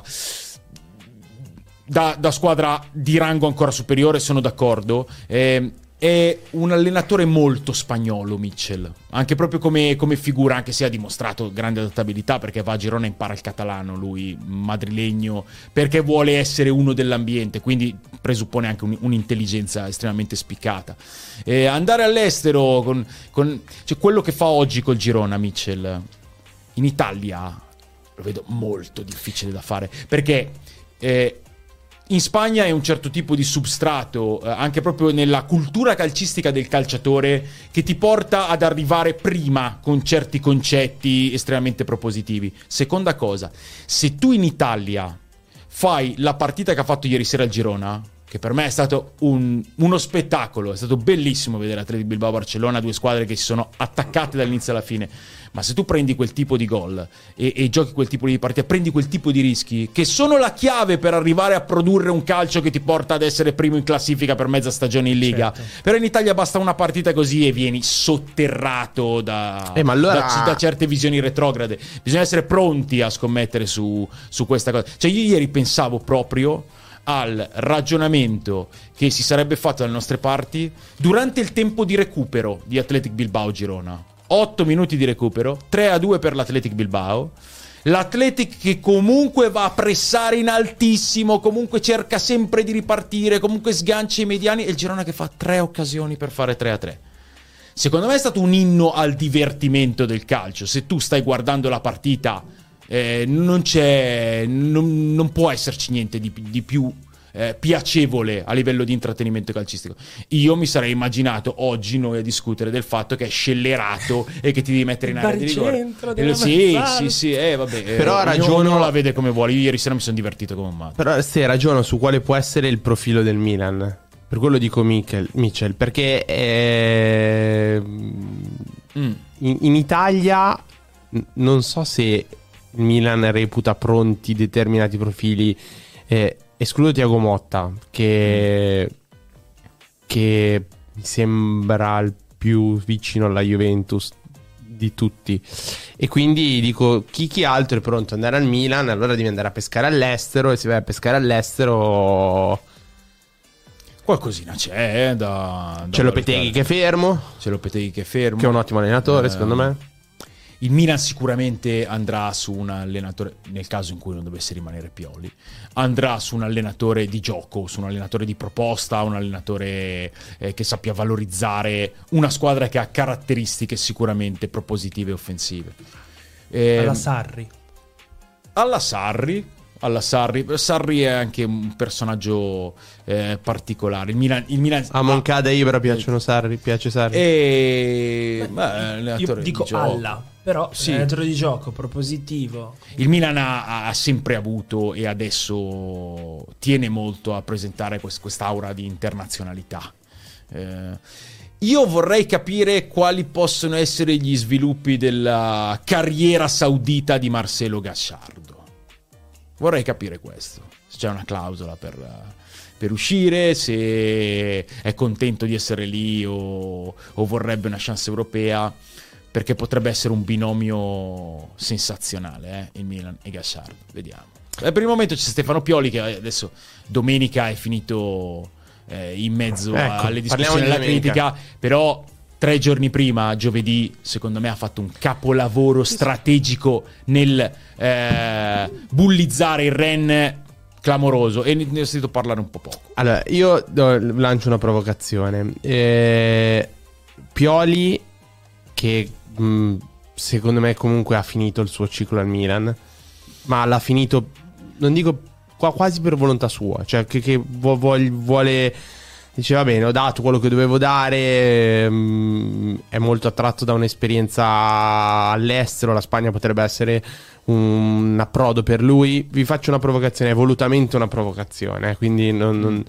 da, da squadra di rango ancora superiore, sono d'accordo. eh, È un allenatore molto spagnolo Mitchell, anche proprio come, come figura, anche se ha dimostrato grande adattabilità, perché va a Girona e impara il catalano, lui madrilegno, perché vuole essere uno dell'ambiente, quindi presuppone anche un, un'intelligenza estremamente spiccata. E andare all'estero con, con cioè quello che fa oggi col Girona Mitchell in Italia lo vedo molto difficile da fare, perché eh, in Spagna è un certo tipo di substrato, eh, anche proprio nella cultura calcistica del calciatore, che ti porta ad arrivare prima con certi concetti estremamente propositivi. Seconda cosa, se tu in Italia fai la partita che ha fatto ieri sera il Girona, che per me è stato un, uno spettacolo, è stato bellissimo vedere Athletic Bilbao-Barcellona, due squadre che si sono attaccate dall'inizio alla fine, ma se tu prendi quel tipo di gol e, e giochi quel tipo di partita, prendi quel tipo di rischi, che sono la chiave per arrivare a produrre un calcio che ti porta ad essere primo in classifica per mezza stagione in Liga, certo. Però in Italia basta una partita così e vieni sotterrato da, eh, ma allora... da, da certe visioni retrograde. Bisogna essere pronti a scommettere su, su questa cosa. Cioè io ieri pensavo proprio al ragionamento che si sarebbe fatto dalle nostre parti durante il tempo di recupero di Athletic Bilbao Girona. otto minuti di recupero, tre a due per l'Athletic Bilbao. L'Athletic che comunque va a pressare in altissimo, comunque cerca sempre di ripartire, comunque sgancia i mediani, e il Girona che fa tre occasioni per fare tre a tre. Secondo me è stato un inno al divertimento del calcio. Se tu stai guardando la partita eh, non c'è, non, non può esserci niente di, di più eh, piacevole a livello di intrattenimento calcistico. Io mi sarei immaginato oggi noi a discutere del fatto che è scellerato e che ti devi mettere in area di rigore. Eh, sì, sì, sì, eh, vabbè, però eh, ragiono, ognuno la vede come vuole. Io ieri sera mi sono divertito come un matto. Però se ragiono su quale può essere il profilo del Milan, per quello dico Michel, Michel perché eh, mm. in, in Italia non so se il Milan reputa pronti determinati profili, eh, escludo Thiago Motta che, che mi sembra il più vicino alla Juventus di tutti, e quindi dico chi chi altro è pronto ad andare al Milan, allora devi andare a pescare all'estero, e se vai a pescare all'estero qualcosina c'è eh, da, da c'è Lopeteghi che è fermo, c'è Lopeteghi che è fermo, che è un ottimo allenatore eh, secondo me. Il Milan sicuramente andrà su un allenatore, nel caso in cui non dovesse rimanere Pioli, andrà su un allenatore di gioco, su un allenatore di proposta, un allenatore eh, che sappia valorizzare una squadra che ha caratteristiche sicuramente propositive e offensive. Eh, alla Sarri. Alla Sarri. Alla Sarri. Sarri è anche un personaggio eh, particolare. Il Milan, il Milan a Moncada e Ibra piacciono Sarri, piace Sarri. E beh, io dico di alla, però sì. allenatore di gioco propositivo. Il Milan ha, ha sempre avuto e adesso tiene molto a presentare quest, quest'aura di internazionalità. Eh, io vorrei capire quali possono essere gli sviluppi della carriera saudita di Marcelo Gallardo. Vorrei capire questo, se c'è una clausola per, per uscire, se è contento di essere lì o, o vorrebbe una chance europea, perché potrebbe essere un binomio sensazionale, eh, il Milan e Gallardo. Vediamo. Eh, per il momento c'è Stefano Pioli che adesso domenica è finito eh, in mezzo ecco, alle discussioni e alla critica, però tre giorni prima, giovedì, secondo me ha fatto un capolavoro strategico nel eh, bullizzare il Rennes clamoroso, e ne ho sentito parlare un po' poco. Allora, io do, lancio una provocazione. Eh, Pioli, che mh, secondo me comunque ha finito il suo ciclo al Milan, ma l'ha finito, non dico qua, quasi per volontà sua, cioè che, che vuole... vuole dice va bene, ho dato quello che dovevo dare, mh, è molto attratto da un'esperienza all'estero, la Spagna potrebbe essere un approdo per lui. Vi faccio una provocazione, è volutamente una provocazione, quindi non, non...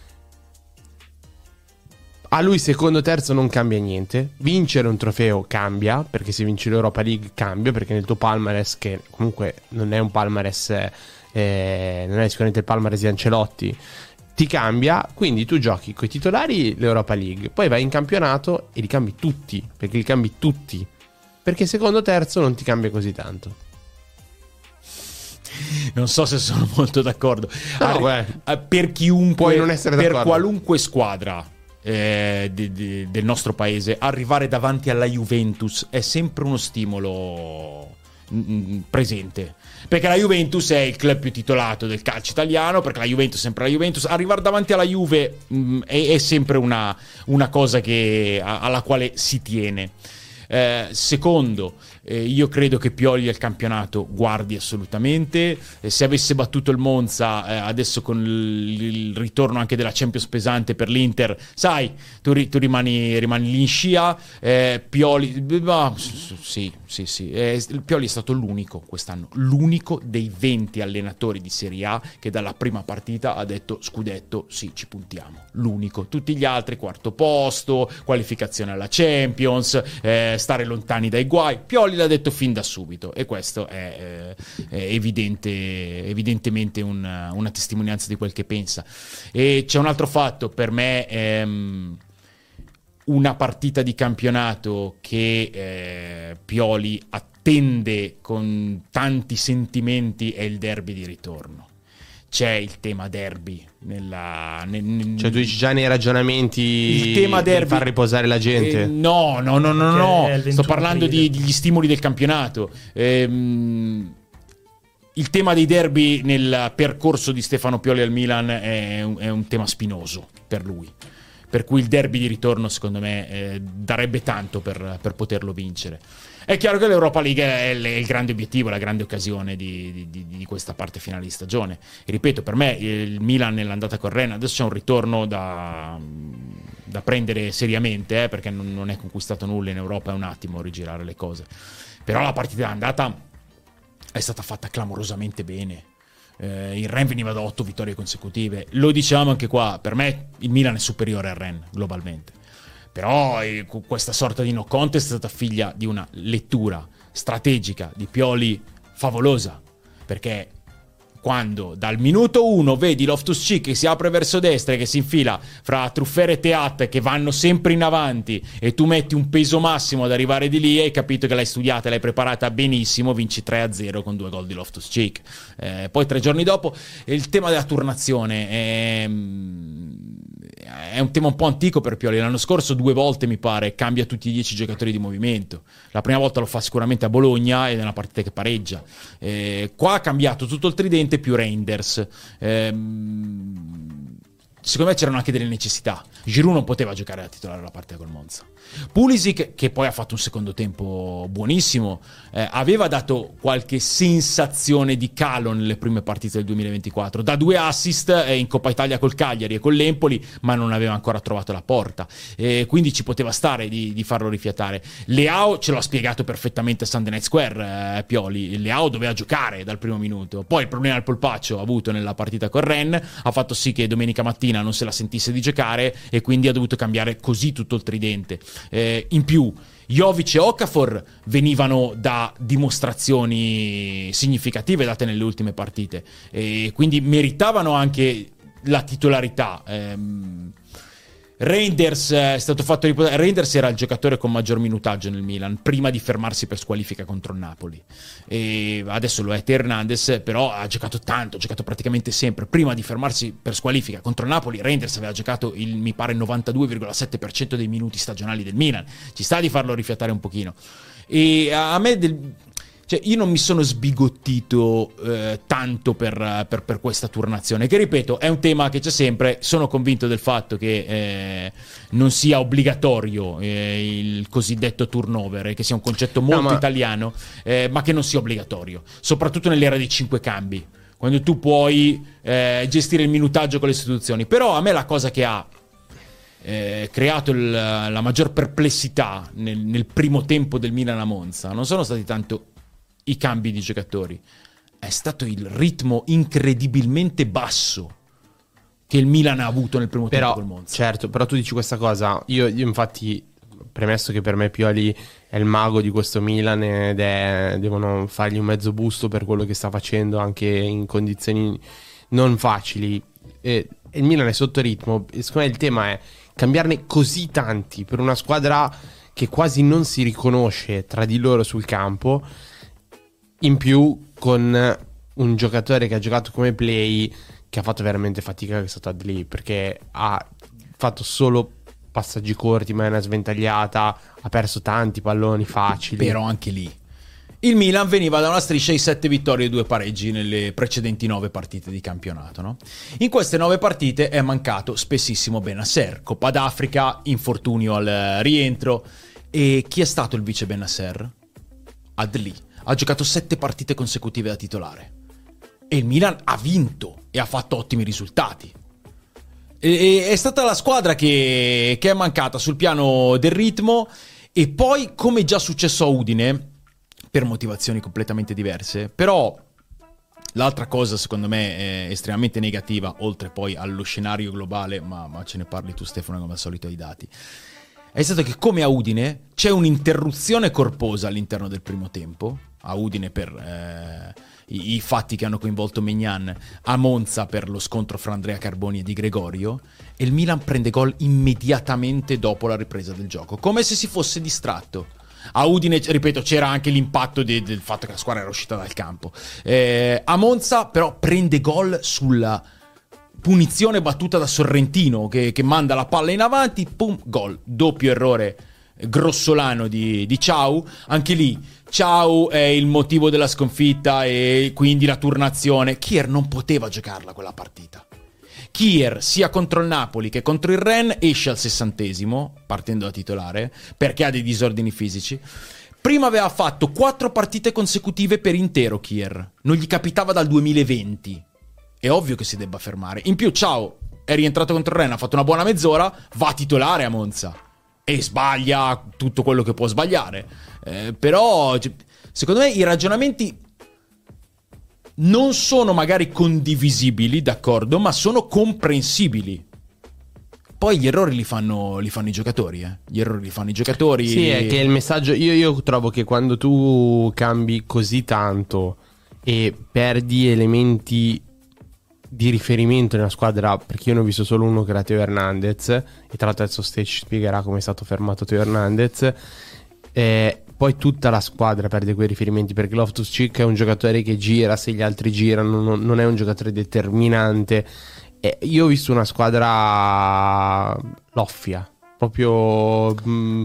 a lui secondo terzo non cambia niente. Vincere un trofeo cambia, perché se vinci l'Europa League cambia, perché nel tuo palmarès, che comunque non è un palmarès eh, non è sicuramente il palmarès di Ancelotti, ti cambia, quindi tu giochi coi titolari l'Europa League, poi vai in campionato e li cambi tutti, perché li cambi tutti, perché secondo terzo non ti cambia così tanto. Non so se sono molto d'accordo. No, Arri- per chiunque, puoi non essere per d'accordo. qualunque squadra eh, di, di, del nostro paese, arrivare davanti alla Juventus è sempre uno stimolo mh, presente, perché la Juventus è il club più titolato del calcio italiano, perché la Juventus è sempre la Juventus. Arrivare davanti alla Juve mh, è, è sempre una, una cosa che, a, alla quale si tiene. Eh, secondo, eh, io credo che Pioli al campionato guardi assolutamente. Eh, se avesse battuto il Monza eh, adesso con il, il ritorno anche della Champions pesante per l'Inter, sai, tu, ri, tu rimani, rimani lì in scia. eh, Pioli bah, sì, sì, sì. Eh, Pioli è stato l'unico quest'anno, l'unico dei venti allenatori di Serie A che dalla prima partita ha detto scudetto, sì, ci puntiamo, l'unico. Tutti gli altri quarto posto, qualificazione alla Champions, eh, stare lontani dai guai. Pioli l'ha detto fin da subito, e questo è, eh, è evidente, evidentemente una, una testimonianza di quel che pensa. E c'è un altro fatto per me, ehm, una partita di campionato che eh, Pioli attende con tanti sentimenti è il derby di ritorno. C'è il tema derby nella, nel, nel, cioè tu dici già nei ragionamenti il tema derby, per far riposare la gente? Eh, no, no, no, no, no. Sto parlando di, degli stimoli del campionato. Ehm, il tema dei derby nel percorso di Stefano Pioli al Milan è un, è un tema spinoso per lui, per cui il derby di ritorno secondo me eh, darebbe tanto per, per poterlo vincere. È chiaro che l'Europa League è il, è il grande obiettivo, la grande occasione di, di, di questa parte finale di stagione. E ripeto, per me il Milan nell'andata con Rennes adesso c'è un ritorno da, da prendere seriamente, eh, perché non, non è conquistato nulla in Europa, è un attimo rigirare le cose. Però la partita d'andata è stata fatta clamorosamente bene. Eh, il Rennes veniva da otto vittorie consecutive. Lo diciamo anche qua, per me il Milan è superiore al Rennes globalmente. Però eh, questa sorta di no contest è stata figlia di una lettura strategica di Pioli favolosa, perché quando dal minuto uno vedi Loftus-Cheek che si apre verso destra e che si infila fra Truffert e Teat che vanno sempre in avanti e tu metti un peso massimo ad arrivare di lì, hai capito che l'hai studiata, l'hai preparata benissimo, vinci tre a zero con due gol di Loftus-Cheek. Eh, poi tre giorni dopo il tema della turnazione è... è un tema un po' antico per Pioli. L'anno scorso due volte mi pare cambia tutti i dieci giocatori di movimento. La prima volta lo fa sicuramente a Bologna ed è una partita che pareggia. Eh, qua ha cambiato tutto il tridente più Reinders. Eh, secondo me c'erano anche delle necessità. Giroud non poteva giocare a titolare la partita col Monza. Pulisic, che poi ha fatto un secondo tempo buonissimo, eh, aveva dato qualche sensazione di calo nelle prime partite del duemilaventiquattro, da due assist eh, in Coppa Italia col Cagliari e con l'Empoli, ma non aveva ancora trovato la porta, eh, quindi ci poteva stare di, di farlo rifiatare. Leao ce l'ha spiegato perfettamente a Sunday Night Square, eh, Pioli. Leao doveva giocare dal primo minuto, poi il problema al polpaccio avuto nella partita con Rennes ha fatto sì che domenica mattina non se la sentisse di giocare e quindi ha dovuto cambiare così tutto il tridente. Eh, in più Jovic e Okafor venivano da dimostrazioni significative date nelle ultime partite e quindi meritavano anche la titolarità. ehm, Reinders è stato fatto riposare. Reinders era il giocatore con maggior minutaggio nel Milan prima di fermarsi per squalifica contro il Napoli, e adesso lo è Teo Hernandez, però ha giocato tanto, ha giocato praticamente sempre. Prima di fermarsi per squalifica contro il Napoli Reinders aveva giocato il, mi pare, novantadue virgola sette per cento dei minuti stagionali del Milan. Ci sta di farlo rifiatare un pochino. E a me del... Cioè, io non mi sono sbigottito eh, tanto per, per, per questa turnazione, che ripeto è un tema che c'è sempre. Sono convinto del fatto che eh, non sia obbligatorio eh, il cosiddetto turnover, che sia un concetto molto no, ma... italiano, eh, ma che non sia obbligatorio, soprattutto nell'era dei cinque cambi, quando tu puoi eh, gestire il minutaggio con le istituzioni. Però a me la cosa che ha Eh, creato il, la maggior perplessità nel, nel primo tempo del Milan a Monza non sono stati tanto i cambi di giocatori, è stato il ritmo incredibilmente basso che il Milan ha avuto nel primo però, tempo col Monza. Certo, però tu dici questa cosa, io, io infatti, premesso che per me Pioli è il mago di questo Milan ed è, devono fargli un mezzo busto per quello che sta facendo anche in condizioni non facili, e, e il Milan è sotto ritmo. Secondo me il tema è cambiarne così tanti per una squadra che quasi non si riconosce tra di loro sul campo, in più con un giocatore che ha giocato come play che ha fatto veramente fatica, che è stato Adli, perché ha fatto solo passaggi corti ma è una sventagliata, ha perso tanti palloni facili. Però anche lì il Milan veniva da una striscia di sette vittorie e due pareggi nelle precedenti nove partite di campionato, no? In queste nove partite è mancato spessissimo Bennacer, Coppa d'Africa, infortunio al rientro. E chi è stato il vice Bennacer? Adli. Ha giocato sette partite consecutive da titolare e il Milan ha vinto e ha fatto ottimi risultati. E, è stata la squadra che, che è mancata sul piano del ritmo. E poi, come già successo a Udine, per motivazioni completamente diverse, però l'altra cosa secondo me è estremamente negativa, oltre poi allo scenario globale, ma, ma ce ne parli tu Stefano come al solito ai dati, è stato che come a Udine c'è un'interruzione corposa all'interno del primo tempo, a Udine per eh, i, i fatti che hanno coinvolto Maignan, a Monza per lo scontro fra Andrea Carboni e Di Gregorio, e il Milan prende gol immediatamente dopo la ripresa del gioco, come se si fosse distratto. A Udine, ripeto, c'era anche l'impatto de, del fatto che la squadra era uscita dal campo. Eh, a Monza però prende gol sulla punizione battuta da Sorrentino che, che manda la palla in avanti, pum, gol. Doppio errore grossolano di, di Ciao. Anche lì Ciao è il motivo della sconfitta e quindi la turnazione. Kier non poteva giocarla quella partita. Kier sia contro il Napoli che contro il Rennes esce al sessantesimo, partendo da titolare, perché ha dei disordini fisici. Prima aveva fatto quattro partite consecutive per intero Kier, non gli capitava dal duemilaventi. È ovvio che si debba fermare. In più, ciao, è rientrato contro il Rennes, ha fatto una buona mezz'ora, va a titolare a Monza e sbaglia tutto quello che può sbagliare. Eh, però, secondo me, i ragionamenti non sono magari condivisibili, d'accordo, ma sono comprensibili. Poi gli errori li fanno, li fanno i giocatori, eh. Gli errori li fanno i giocatori. Sì, è che il messaggio... Io, io trovo che quando tu cambi così tanto e perdi elementi di riferimento nella squadra, perché io ne ho visto solo uno che era Teo Hernandez, e tra l'altro adesso Stech spiegherà come è stato fermato Teo Hernandez, eh, poi tutta la squadra perde quei riferimenti, perché Loftus-Cheek è un giocatore che gira se gli altri girano, non, non è un giocatore determinante. Eh, io ho visto una squadra loffia, proprio mh,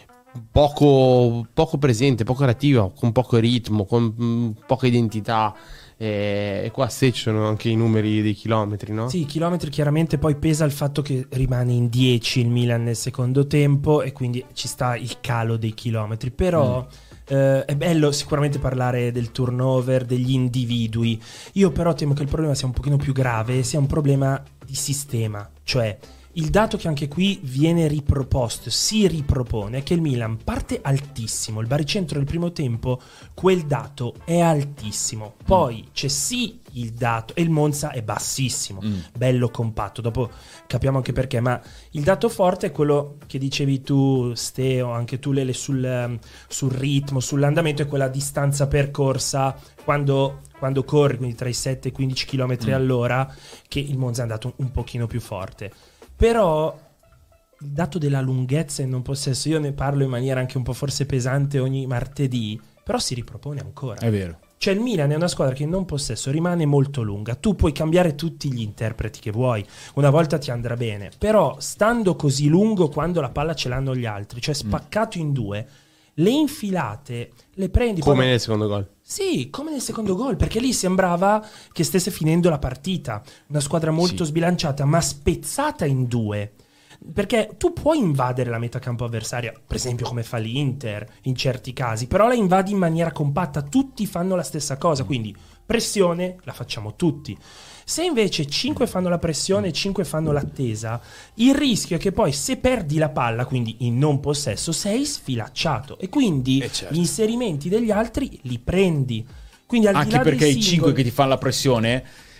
poco, poco presente, poco attiva, con poco ritmo, con mh, poca identità. Eh, e qua se ci sono anche i numeri dei chilometri, no? Sì, i chilometri chiaramente, poi pesa il fatto che rimane in dieci il Milan nel secondo tempo e quindi ci sta il calo dei chilometri, però... Mm. Uh, è bello sicuramente parlare del turnover, degli individui. Io però temo che il problema sia un pochino più grave, sia un problema di sistema. Cioè, il dato che anche qui viene riproposto, si ripropone, è che il Milan parte altissimo. Il baricentro del primo tempo, quel dato è altissimo. Poi c'è sì il dato, e il Monza è bassissimo, mm. bello compatto. Dopo capiamo anche perché, ma il dato forte è quello che dicevi tu, Steo, anche tu Lele, sul, sul ritmo, sull'andamento, è quella distanza percorsa quando, quando corri, quindi tra i sette e i quindici chilometri mm. all'ora, che il Monza è andato un, un pochino più forte. Però il dato della lunghezza in non possesso, io ne parlo in maniera anche un po' forse pesante ogni martedì, però si ripropone ancora. È vero. Cioè il Milan è una squadra che in non possesso rimane molto lunga. Tu puoi cambiare tutti gli interpreti che vuoi, una volta ti andrà bene, però stando così lungo quando la palla ce l'hanno gli altri, cioè spaccato mm. in due, le infilate le prendi come quando... nel secondo gol. Sì, come nel secondo gol, perché lì sembrava che stesse finendo la partita, una squadra molto sì. sbilanciata, ma spezzata in due. Perché tu puoi invadere la metà campo avversaria, per esempio come fa l'Inter in certi casi, però la invadi in maniera compatta, tutti fanno la stessa cosa, quindi pressione la facciamo tutti. Se invece cinque fanno la pressione e cinque fanno l'attesa, il rischio è che poi se perdi la palla, quindi in non possesso, sei sfilacciato e quindi eh certo. gli inserimenti degli altri li prendi. Quindi al anche di là perché dei i singoli... cinque che ti fanno la pressione...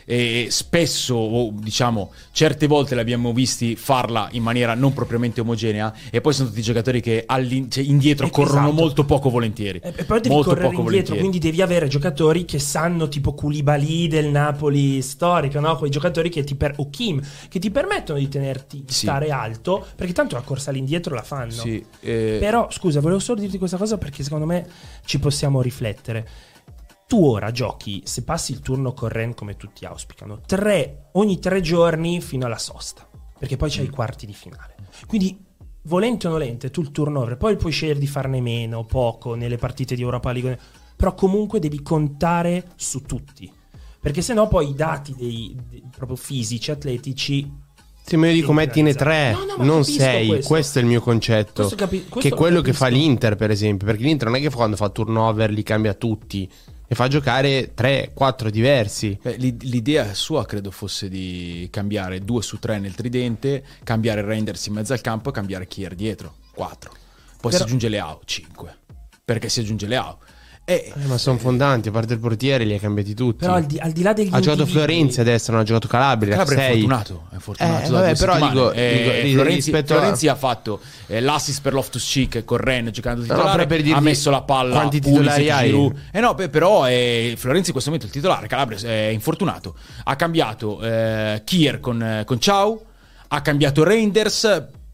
e spesso, o diciamo certe volte l'abbiamo visti farla in maniera non propriamente omogenea, e poi sono tutti giocatori che cioè, indietro eh, corrono esatto. molto poco volentieri, e, e poi devi molto correre poco indietro, volentieri. quindi devi avere giocatori che sanno, tipo Koulibaly del Napoli storico, no? Quei giocatori che ti per o Kim che ti permettono di tenerti di sì. stare alto, perché tanto la corsa all'indietro la fanno. Sì, eh... però scusa, volevo solo dirti questa cosa perché secondo me ci possiamo riflettere. Tu ora giochi, se passi il turno con Rennes come tutti auspicano, tre, ogni tre giorni fino alla sosta, perché poi c'è mm. i quarti di finale. Quindi, volente o nolente, tu il turnover, poi puoi scegliere di farne meno, poco, nelle partite di Europa League, però comunque devi contare su tutti, perché sennò poi i dati dei, dei proprio fisici, atletici... Sì, ma io dico mettine tre, no, no, non sei, questo. questo è il mio concetto, questo capi- questo che è quello capisco. Che fa l'Inter per esempio, perché l'Inter non è che quando fa turnover li cambia tutti, e fa giocare tre quattro diversi. Beh, l'idea sua credo fosse di cambiare due su tre nel tridente, cambiare Reinders in mezzo al campo e cambiare Kier dietro, quattro. Poi Però... si aggiunge Leao, cinque, perché si aggiunge Leao. Eh, eh, ma sono fondanti, a parte il portiere li ha cambiati tutti. Però al di, al di là degli ha giocato individui... Florenzi a destra, non ha giocato Calabria. Calabria sei. è fortunato, è fortunato eh, vabbè, però dico, eh, dico Florenzi, Florenzi a... ha fatto eh, l'assist per Loftus-Cheek con Rennes giocando titolare, no, no, per dirvi ha messo la palla quanti titolari hai? Giroud. Eh no, beh, però eh, Florenzi in questo momento è il titolare, Calabria è infortunato. Ha cambiato eh, Kier con, con Ciao, ha cambiato Reinders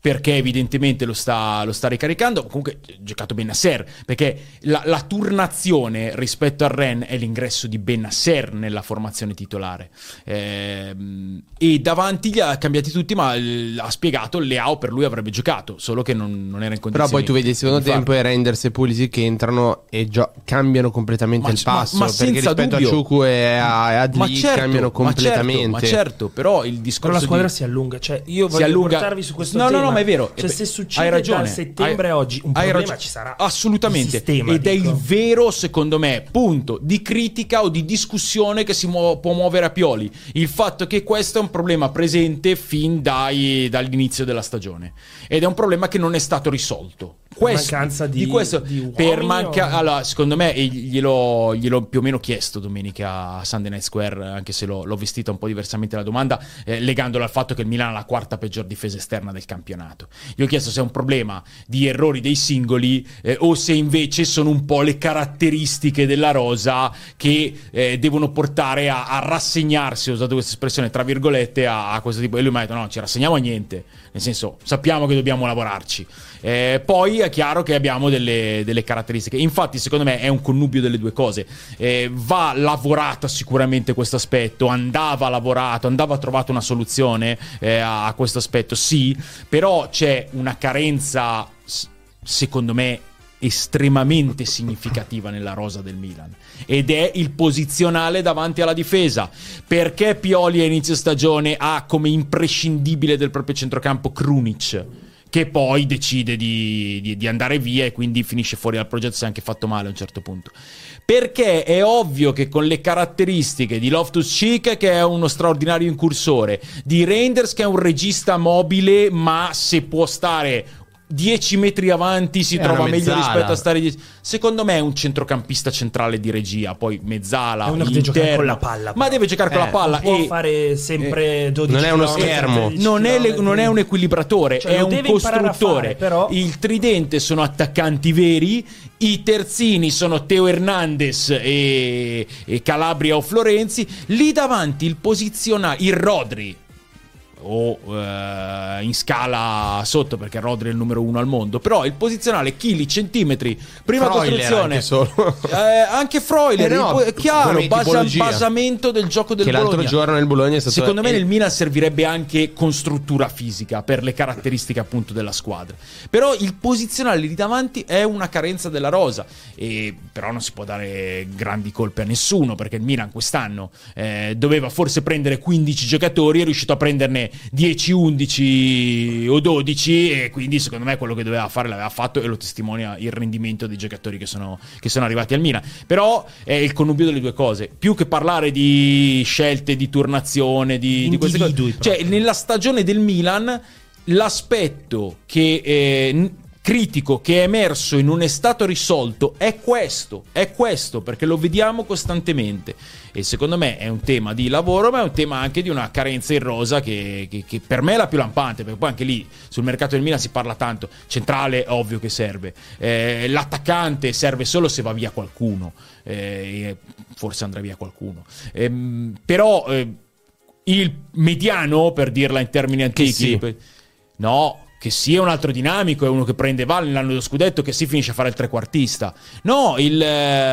perché evidentemente lo sta, lo sta ricaricando. Comunque ha giocato Bennacer, perché la, la turnazione rispetto al Rennes è l'ingresso di Bennacer nella formazione titolare, eh, e davanti gli ha cambiati tutti, ma l- ha spiegato Leao per lui avrebbe giocato, solo che non, non era in condizioni. Però poi tu vedi il secondo di tempo farlo. e Reinders e Pulisic che entrano e gio- cambiano completamente Ma il c- ma- passo, ma perché senza rispetto dubbio. a Ciucu e a, e a Ma Dli certo, cambiano ma completamente. certo, ma certo, però il Però discorso la squadra di... si allunga, cioè io Si voglio allunga- portarvi su questo No, no, tema. no, ma è vero. Cioè, Eh, se succede hai ragione. da settembre Hai- a oggi un hai problema ragione. ci sarà. Assolutamente. Di sistema, Ed è dico. il vero, secondo me, punto di critica o di discussione che si muo- può muovere a Pioli. Il fatto che questo è un problema presente fin dai- dall'inizio della stagione. Ed è un problema che non è stato risolto. Questo, mancanza di- questo di uomini per manca- o- allora, secondo me e glielo, glielo più o meno chiesto domenica a Sunday Night Square, anche se l'ho, l'ho vestita un po' diversamente la domanda, eh, legandola al fatto che il Milan ha la quarta peggior difesa esterna del campionato. Gli ho chiesto se è un problema di errori dei singoli, eh, o se invece sono un po' le caratteristiche della rosa che eh, devono portare a, a rassegnarsi, ho usato questa espressione tra virgolette, a, a questo tipo. E lui mi ha detto no, non ci rassegniamo a niente, nel senso sappiamo che dobbiamo lavorarci. Eh, poi è chiaro che abbiamo delle, delle caratteristiche. Infatti secondo me è un connubio delle due cose. Eh, va lavorato sicuramente questo aspetto, andava lavorato, andava trovato una soluzione eh, a questo aspetto, sì, però c'è una carenza s- secondo me estremamente significativa nella rosa del Milan, ed è il posizionale davanti alla difesa. Perché Pioli a inizio stagione ha come imprescindibile del proprio centrocampo Krunic, che poi decide di, di, di andare via e quindi finisce fuori dal progetto, si è anche fatto male a un certo punto. Perché è ovvio che con le caratteristiche di Loftus-Cheek, che è uno straordinario incursore, di Reinders, che è un regista mobile, ma se può stare dieci metri avanti si È trova una meglio mezzala. rispetto a stare dieci. Secondo me è un centrocampista centrale di regia, poi mezzala, È uno che deve giocare interno, con la palla, ma però. deve giocare con Eh, la palla. Non può e fare sempre dodici non è uno chilometri, schermo. tredici non è, le- chilometri. non è un equilibratore, Cioè, è lo un deve imparare a costruttore. fare, però. Il tridente sono attaccanti veri, i terzini sono Teo Hernandez e, e Calabria o Florenzi. Lì davanti il posizionale, il Rodri, o eh, in scala sotto, perché Rodri è il numero uno al mondo, però il posizionale chili, centimetri, prima Freuler costruzione anche solo. eh, anche Freuler, Eh no, è chiaro, come basa- tipologia. basamento del gioco del Che l'altro Bologna. giorno nel Bologna è stato Secondo me eh, nel Milan servirebbe anche con struttura fisica per le caratteristiche appunto della squadra. Però il posizionale lì davanti è una carenza della rosa, e però non si può dare grandi colpe a nessuno, perché il Milan quest'anno eh, doveva forse prendere quindici giocatori, è riuscito a prenderne dieci, undici o dodici, e quindi secondo me quello che doveva fare l'aveva fatto, e lo testimonia il rendimento dei giocatori che sono, che sono arrivati al Milan. Però è il connubio delle due cose, più che parlare di scelte di turnazione, di, di queste cose. Individui Cioè proprio. nella stagione del Milan l'aspetto che eh, n- critico che è emerso e non è stato risolto è questo, è questo, perché lo vediamo costantemente, e secondo me è un tema di lavoro, ma è un tema anche di una carenza in rosa che, che, che per me è la più lampante, perché poi anche lì sul mercato del Milan si parla tanto, centrale ovvio che serve, eh, l'attaccante serve solo se va via qualcuno, eh, forse andrà via qualcuno, Ehm, però eh, il mediano, per dirla in termini antichi, sì. no, che sia un altro dinamico, è uno che prende valle nell'anno dello scudetto, che si finisce a fare il trequartista. No, il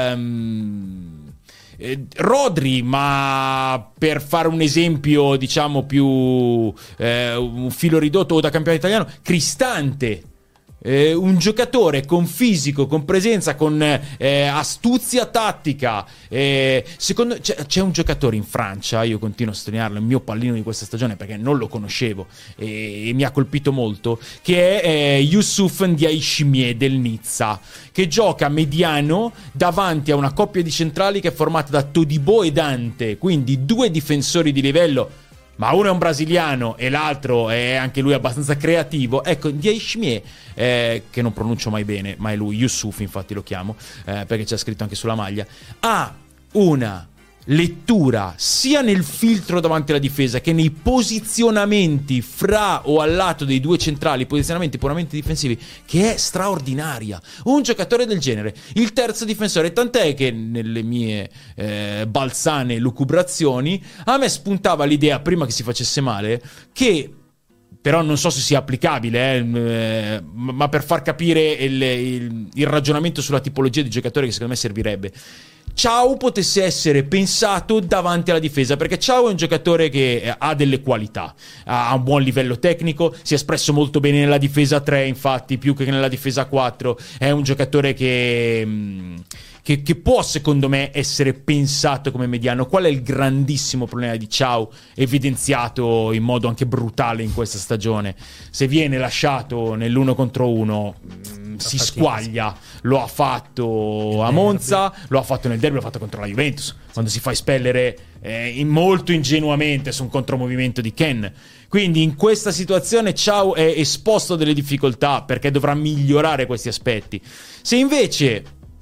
ehm, eh, Rodri, ma per fare un esempio diciamo più eh, un filo ridotto o da campione italiano, Cristante. Eh, un giocatore con fisico, con presenza, con eh, astuzia tattica. Eh, secondo c'è, c'è un giocatore in Francia, io continuo a sottolinearlo, il mio pallino di questa stagione perché non lo conoscevo e, e mi ha colpito molto, che è eh, Youssouf Ndiaye del Nizza, che gioca mediano davanti a una coppia di centrali che è formata da Todibo e Dante, quindi due difensori di livello, ma uno è un brasiliano e l'altro è anche lui abbastanza creativo. Ecco, Ndiaye, eh, che non pronuncio mai bene, ma è lui, Youssouf infatti lo chiamo, eh, perché c'è scritto anche sulla maglia, ha una lettura sia nel filtro davanti alla difesa che nei posizionamenti fra o al lato dei due centrali, posizionamenti puramente difensivi, che è straordinaria. Un giocatore del genere, il terzo difensore, tant'è che nelle mie eh, balzane lucubrazioni a me spuntava l'idea, prima che si facesse male, che però non so se sia applicabile, eh, ma per far capire il, il, il ragionamento sulla tipologia di giocatore che secondo me servirebbe. Ciao potesse essere pensato davanti alla difesa, perché Ciao è un giocatore che ha delle qualità, ha un buon livello tecnico, si è espresso molto bene nella difesa tre, infatti, più che nella difesa quattro. È un giocatore che, che, che può, secondo me, essere pensato come mediano. Qual è il grandissimo problema di Ciao, evidenziato in modo anche brutale in questa stagione? Se viene lasciato nell'uno contro uno, si squaglia. Lo ha fatto a Monza, lo ha fatto nel derby, lo ha fatto contro la Juventus, quando si fa espellere eh, in molto ingenuamente su un contromovimento di Ken. Quindi in questa situazione Ciao è esposto a delle difficoltà, perché dovrà migliorare questi aspetti. Se invece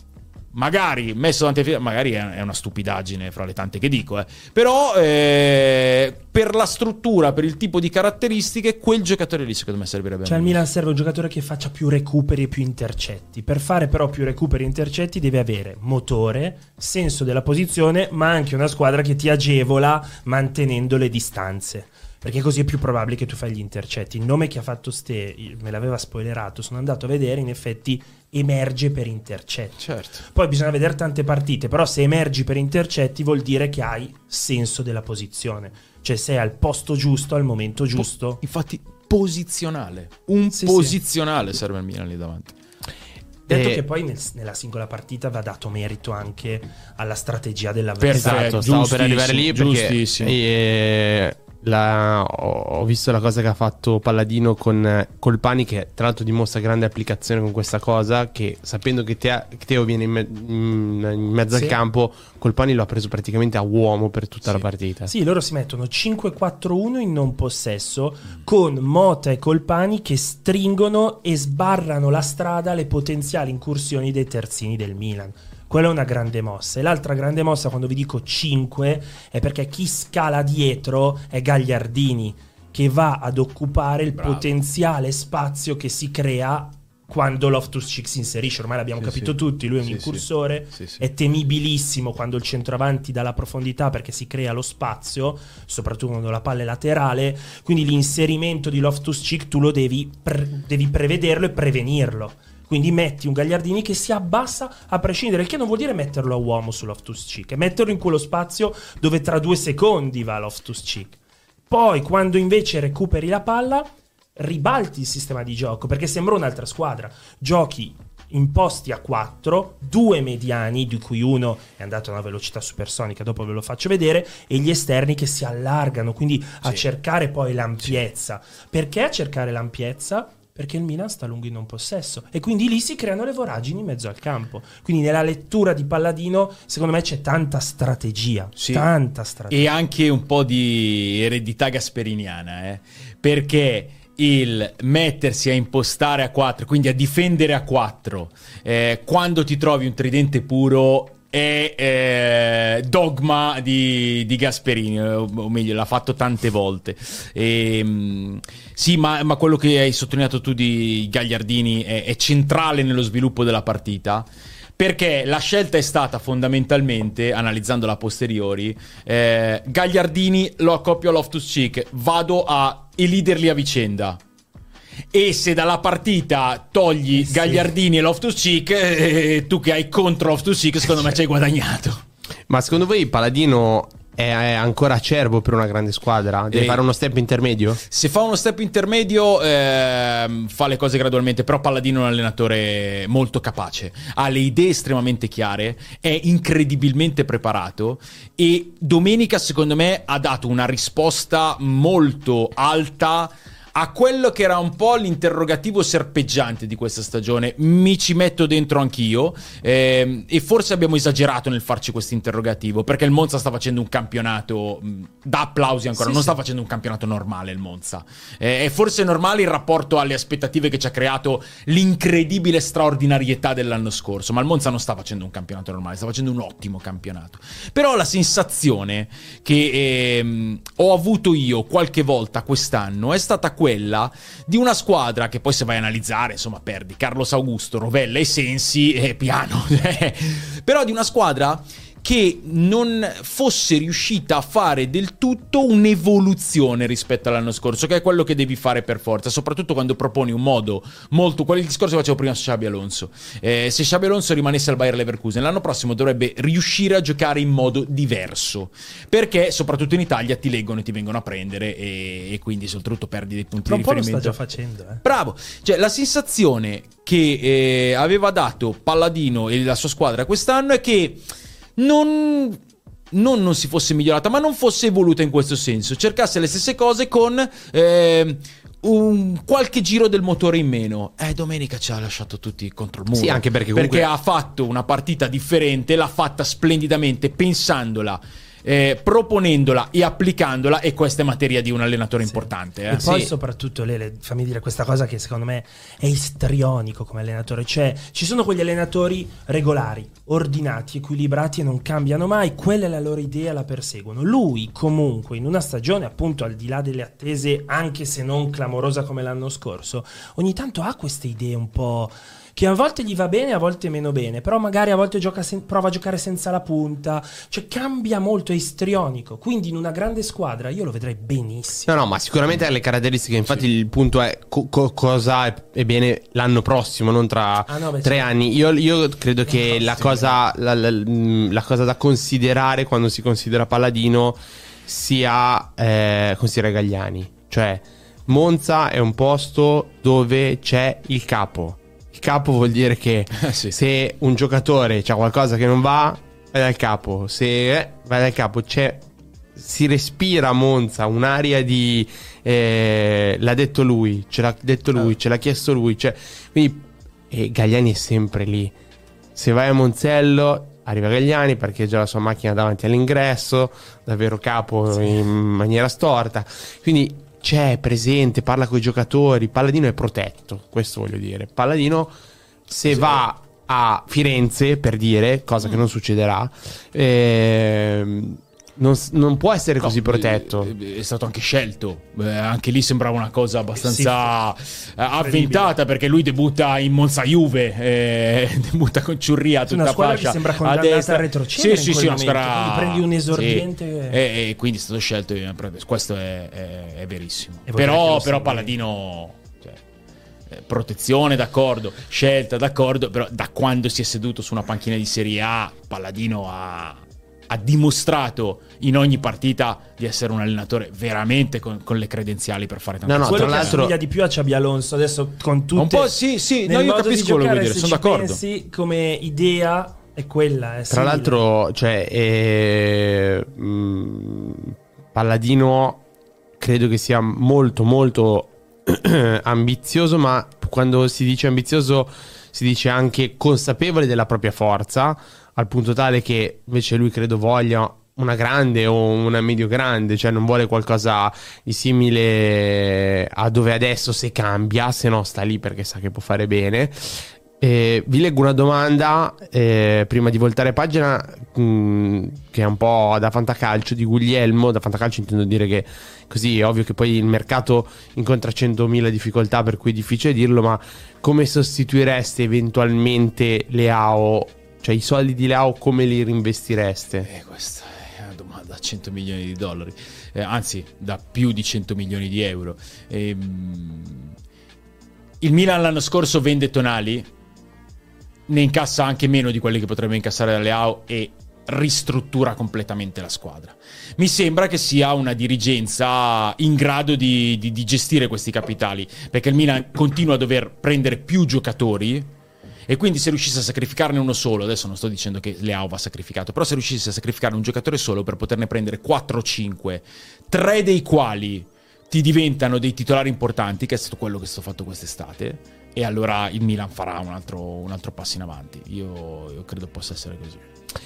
magari messo davanti a... magari è una stupidaggine fra le tante che dico, eh. però eh, per la struttura, per il tipo di caratteristiche, quel giocatore lì secondo me servirebbe. Cioè al Milan serve un giocatore che faccia più recuperi e più intercetti. Per fare però più recuperi e intercetti deve avere motore, senso della posizione, ma anche una squadra che ti agevola mantenendo le distanze, perché così è più probabile che tu fai gli intercetti. Il nome che ha fatto Ste, me l'aveva spoilerato, sono andato a vedere, in effetti emerge per intercetti. Certo. Poi bisogna vedere tante partite, però se emergi per intercetti vuol dire che hai senso della posizione, cioè sei al posto giusto al momento giusto. Po- infatti posizionale, un sì, posizionale sì. Serve al Milan lì davanti. Detto E... che poi nel, nella singola partita va dato merito anche alla strategia dell'avversario. Esatto, stavo per arrivare lì perché giustissimo. Eh, la, ho visto la cosa che ha fatto Palladino con Colpani, che tra l'altro dimostra grande applicazione con questa cosa, che sapendo che Teo, Teo viene in, me, in, in mezzo sì. al campo, Colpani lo ha preso praticamente a uomo per tutta sì. la partita. Sì, loro si mettono cinque quattro uno in non possesso mm. con Mota e Colpani che stringono e sbarrano la strada alle potenziali incursioni dei terzini del Milan. Quella è una grande mossa. E l'altra grande mossa, quando vi dico cinque, è perché chi scala dietro è Gagliardini, che va ad occupare il Bravo. potenziale spazio che si crea quando Loftus-Cheek si inserisce. Ormai l'abbiamo sì, capito sì. tutti, lui è un sì, incursore, sì. Sì, sì. è temibilissimo quando il centravanti dà la profondità, perché si crea lo spazio, soprattutto quando la palla è laterale. Quindi l'inserimento di Loftus-Cheek tu lo devi, pre- devi prevederlo e prevenirlo. Quindi metti un Gagliardini che si abbassa a prescindere, il che non vuol dire metterlo a uomo su Loftus-Cheek, è metterlo in quello spazio dove tra due secondi va Loftus-Cheek. Poi quando invece recuperi la palla ribalti il sistema di gioco, perché sembra un'altra squadra. Giochi imposti a quattro, due mediani di cui uno è andato a una velocità supersonica, dopo ve lo faccio vedere, e gli esterni che si allargano, quindi a sì. cercare poi l'ampiezza. Sì. Perché a cercare l'ampiezza? Perché il Milan sta lungo in non possesso e quindi lì si creano le voragini in mezzo al campo. Quindi nella lettura di Palladino secondo me c'è tanta strategia, sì. tanta strategia. E anche un po' di eredità gasperiniana, eh? Perché il mettersi a impostare a quattro, quindi a difendere a quattro, eh, quando ti trovi un tridente puro, è eh, dogma di, di Gasperini, o meglio l'ha fatto tante volte. E, mh, sì, ma, ma quello che hai sottolineato tu di Gagliardini è, è centrale nello sviluppo della partita, perché la scelta è stata fondamentalmente, analizzandola a posteriori, eh, Gagliardini lo accoppio a Loftus-Cheek, vado a eliderli a vicenda. E se dalla partita togli sì. Gagliardini e Loftus-Cheek, eh, tu che hai contro Loftus-Cheek, secondo me ci hai guadagnato. Ma secondo voi Palladino è ancora acerbo per una grande squadra? Deve e fare uno step intermedio? Se fa uno step intermedio eh, fa le cose gradualmente. Però Palladino è un allenatore molto capace, ha le idee estremamente chiare, è incredibilmente preparato, e domenica secondo me ha dato una risposta molto alta a quello che era un po' l'interrogativo serpeggiante di questa stagione. Mi ci metto dentro anch'io, eh, e forse abbiamo esagerato nel farci questo interrogativo, perché il Monza sta facendo un campionato mh, da applausi ancora, sì, non sì. sta facendo un campionato normale il Monza, eh, è forse normale in rapporto alle aspettative che ci ha creato l'incredibile straordinarietà dell'anno scorso, ma il Monza non sta facendo un campionato normale, sta facendo un ottimo campionato. Però la sensazione che eh, ho avuto io qualche volta quest'anno è stata quella quella di una squadra che poi, se vai a analizzare, insomma, perdi Carlos Augusto, Rovella e Sensi, e piano però di una squadra che non fosse riuscita a fare del tutto un'evoluzione rispetto all'anno scorso, che è quello che devi fare per forza, soprattutto quando proponi un modo molto, quello il discorso che facevo prima su Xabi Alonso. Eh, se Xabi Alonso rimanesse al Bayer Leverkusen l'anno prossimo dovrebbe riuscire a giocare in modo diverso, perché soprattutto in Italia ti leggono e ti vengono a prendere e, e quindi oltretutto perdi dei punti Ma di un po' lo riferimento. sta già facendo, eh. Bravo, cioè la sensazione che eh, aveva dato Palladino e la sua squadra quest'anno è che non, non non si fosse migliorata, ma non fosse evoluta in questo senso, cercasse le stesse cose con eh, un qualche giro del motore in meno. Eh, domenica ci ha lasciato tutti contro il muro. Sì, anche perché comunque perché ha fatto una partita differente, l'ha fatta splendidamente, pensandola, Eh, proponendola e applicandola, e questa è materia di un allenatore Sì. importante, eh. E poi Sì. soprattutto Lele, fammi dire questa cosa che secondo me è istrionico come allenatore, cioè ci sono quegli allenatori regolari, ordinati, equilibrati e non cambiano mai, quella è la loro idea, la perseguono. Lui comunque in una stagione appunto al di là delle attese, anche se non clamorosa come l'anno scorso, ogni tanto ha queste idee un po' che a volte gli va bene, a volte meno bene, però magari a volte gioca sen- prova a giocare senza la punta, cioè cambia molto, è istrionico, quindi in una grande squadra io lo vedrei benissimo. No, no, ma sicuramente ha le caratteristiche. Infatti, il punto è co- co- cosa è, è bene l'anno prossimo, non tra Ah, no, beh, tre sì. anni. Io, io credo che la cosa, la, la- la cosa da considerare quando si considera Palladino sia eh, considerare Galliani. Cioè, Monza è un posto dove c'è il capo. Il capo vuol dire che Eh, sì. se un giocatore c'ha qualcosa che non va, vai dal capo. Se eh, vai dal capo, c'è, si respira a Monza un'aria di eh, l'ha detto lui, ce l'ha detto lui, ce l'ha chiesto lui. Cioè, quindi e Galliani è sempre lì. Se vai a Monzello, arriva Galliani, parcheggia la sua macchina davanti all'ingresso, davvero capo in maniera storta. Quindi c'è presente, parla con i giocatori. Palladino è protetto, questo voglio dire. Palladino, se Sì. va a Firenze, per dire, cosa che non succederà, ehm, non, non può essere così No, protetto. È, è stato anche scelto. Eh, anche lì sembrava una cosa abbastanza Sì. eh, avventata, perché lui debutta in Monza Juve, eh, debutta con Ciurria a tutta Una squadra fascia che sembra a condannata destra. a retrocedere Sì, in sì, quel sì, una momento, squadra- quindi prendi un esordiente sì. che- e, e quindi è stato scelto. Questo è, è, è verissimo. E vorrei che Però, lo però segui. Palladino, cioè, eh, protezione d'accordo, scelta d'accordo, però da quando si è seduto su una panchina di Serie A, Palladino ha, ha dimostrato in ogni partita di essere un allenatore veramente con, con le credenziali per fare tante No, no, cose. Quello tra che l'altro- assomiglia di più a Xabi Alonso adesso con tutte Un po' sì, sì, nel no, io modo di capisco quello che vuoi giocare, dire, se sono ci d'accordo. pensi, come idea è quella, è Tra simile. l'altro, cioè, eh, mh, Palladino credo che sia molto, molto ambizioso, ma quando si dice ambizioso si dice anche consapevole della propria forza, al punto tale che invece lui credo voglia una grande o una medio grande, cioè non vuole qualcosa di simile a dove adesso, se cambia, se no sta lì perché sa che può fare bene. Eh, vi leggo una domanda eh, prima di voltare pagina, mh, che è un po' da fantacalcio, di Guglielmo. Da fantacalcio intendo dire che così è ovvio che poi il mercato incontra centomila difficoltà, per cui è difficile dirlo, ma come sostituireste eventualmente Leao? Cioè i soldi di Leao come li reinvestireste? Eh, questa è una domanda da cento milioni di dollari, eh, anzi da più di cento milioni di euro. Ehm, il Milan l'anno scorso vende Tonali, ne incassa anche meno di quelli che potrebbe incassare da Leao e ristruttura completamente la squadra. Mi sembra che sia una dirigenza in grado di, di, di gestire questi capitali, perché il Milan continua a dover prendere più giocatori, e quindi se riuscisse a sacrificarne uno solo, adesso non sto dicendo che Leao va sacrificato, però se riuscisse a sacrificare un giocatore solo per poterne prendere quattro o cinque, tre dei quali ti diventano dei titolari importanti, che è stato quello che è stato fatto quest'estate, e allora il Milan farà un altro, un altro passo in avanti. Io, io credo possa essere così.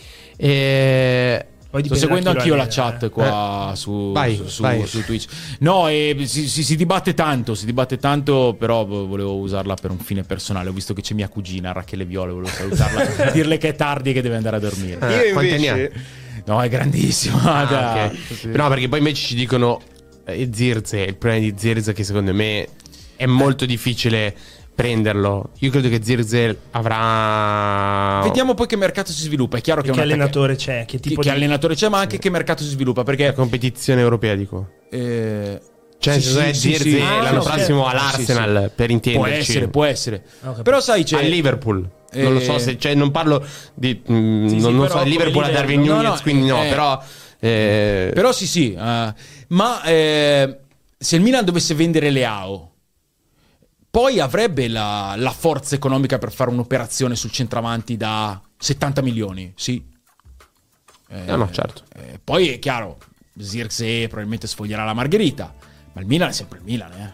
E... Poi Sto dipende seguendo da chi anch'io lo la allena, chat eh. qua su, Vai, su, su, vai. su Twitch. No, eh, si, si, si dibatte tanto, si dibatte tanto, però volevo usarla per un fine personale. Ho visto che c'è mia cugina, Rachele Viola, volevo salutarla, dirle che è tardi e che deve andare a dormire. Eh, Io quanti anni ha? invece No, è grandissima. Ah, da- ok. No, perché poi invece ci dicono eh, Zirze, il problema di Zirze è che secondo me è molto difficile prenderlo. Io credo che Zirze avrà vediamo poi che mercato si sviluppa. È chiaro che, che un allenatore attacca... c'è, che tipo che di... allenatore c'è, ma anche che mercato si sviluppa, perché La competizione europea, dico. eh... Cioè, sì, sì, è sì, Zirze sì, sì. l'anno Ah, prossimo ok. all'Arsenal, Sì, sì. per può intenderci. essere, può essere. Ho capito. Però sai, c'è Al Liverpool. Non lo so se, cioè, non parlo di, mh, Sì, sì, non, non però so, il come Liverpool a livello- Darwin no, Nunez, no, quindi no, eh, però. eh, Però sì, sì. eh, ma eh, se il Milan dovesse vendere Leao, poi avrebbe la, la forza economica per fare un'operazione sul centravanti da settanta milioni, sì. Eh, No, no, certo. eh, poi è chiaro, Zirkzee probabilmente sfoglierà la Margherita, ma il Milan è sempre il Milan, eh.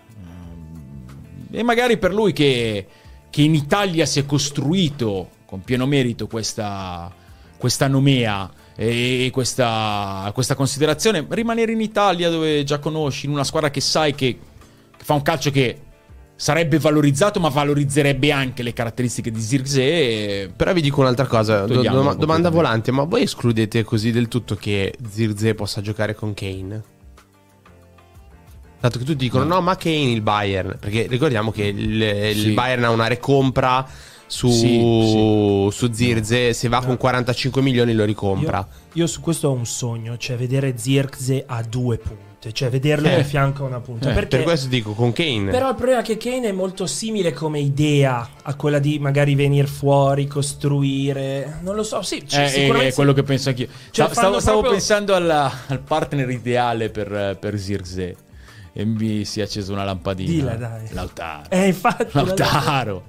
E magari per lui che, che in Italia si è costruito con pieno merito questa, questa nomea e questa, questa considerazione, rimanere in Italia dove già conosci, in una squadra che sai che, che fa un calcio che sarebbe valorizzato, ma valorizzerebbe anche le caratteristiche di Zirkzee. Però vi dico un'altra cosa, do- Togliamo dom- domanda completamente. volante, ma voi escludete così del tutto che Zirkzee possa giocare con Kane? Dato che tutti dicono no, ma Kane il Bayern, perché ricordiamo che il, il Sì. Bayern ha una recompra su, Sì, su Zirkzee, se va con quarantacinque milioni lo ricompra. Io, io su questo ho un sogno, cioè vedere Zirkzee a due punte, cioè vederlo Eh. di fianco a una punta. Eh, perché Per questo dico con Kane. Però il problema è che Kane è molto simile come idea a quella di magari venire fuori, costruire. Non lo so, sì, Eh, cioè, è, sicuramente è quello che penso anch'io. Cioè, Stavo- stavo fanno stavo proprio- pensando alla- al partner ideale per, per Zirkzee e mi si è accesa una lampadina. Dilla, dai. Lautaro. Eh, infatti, Lautaro.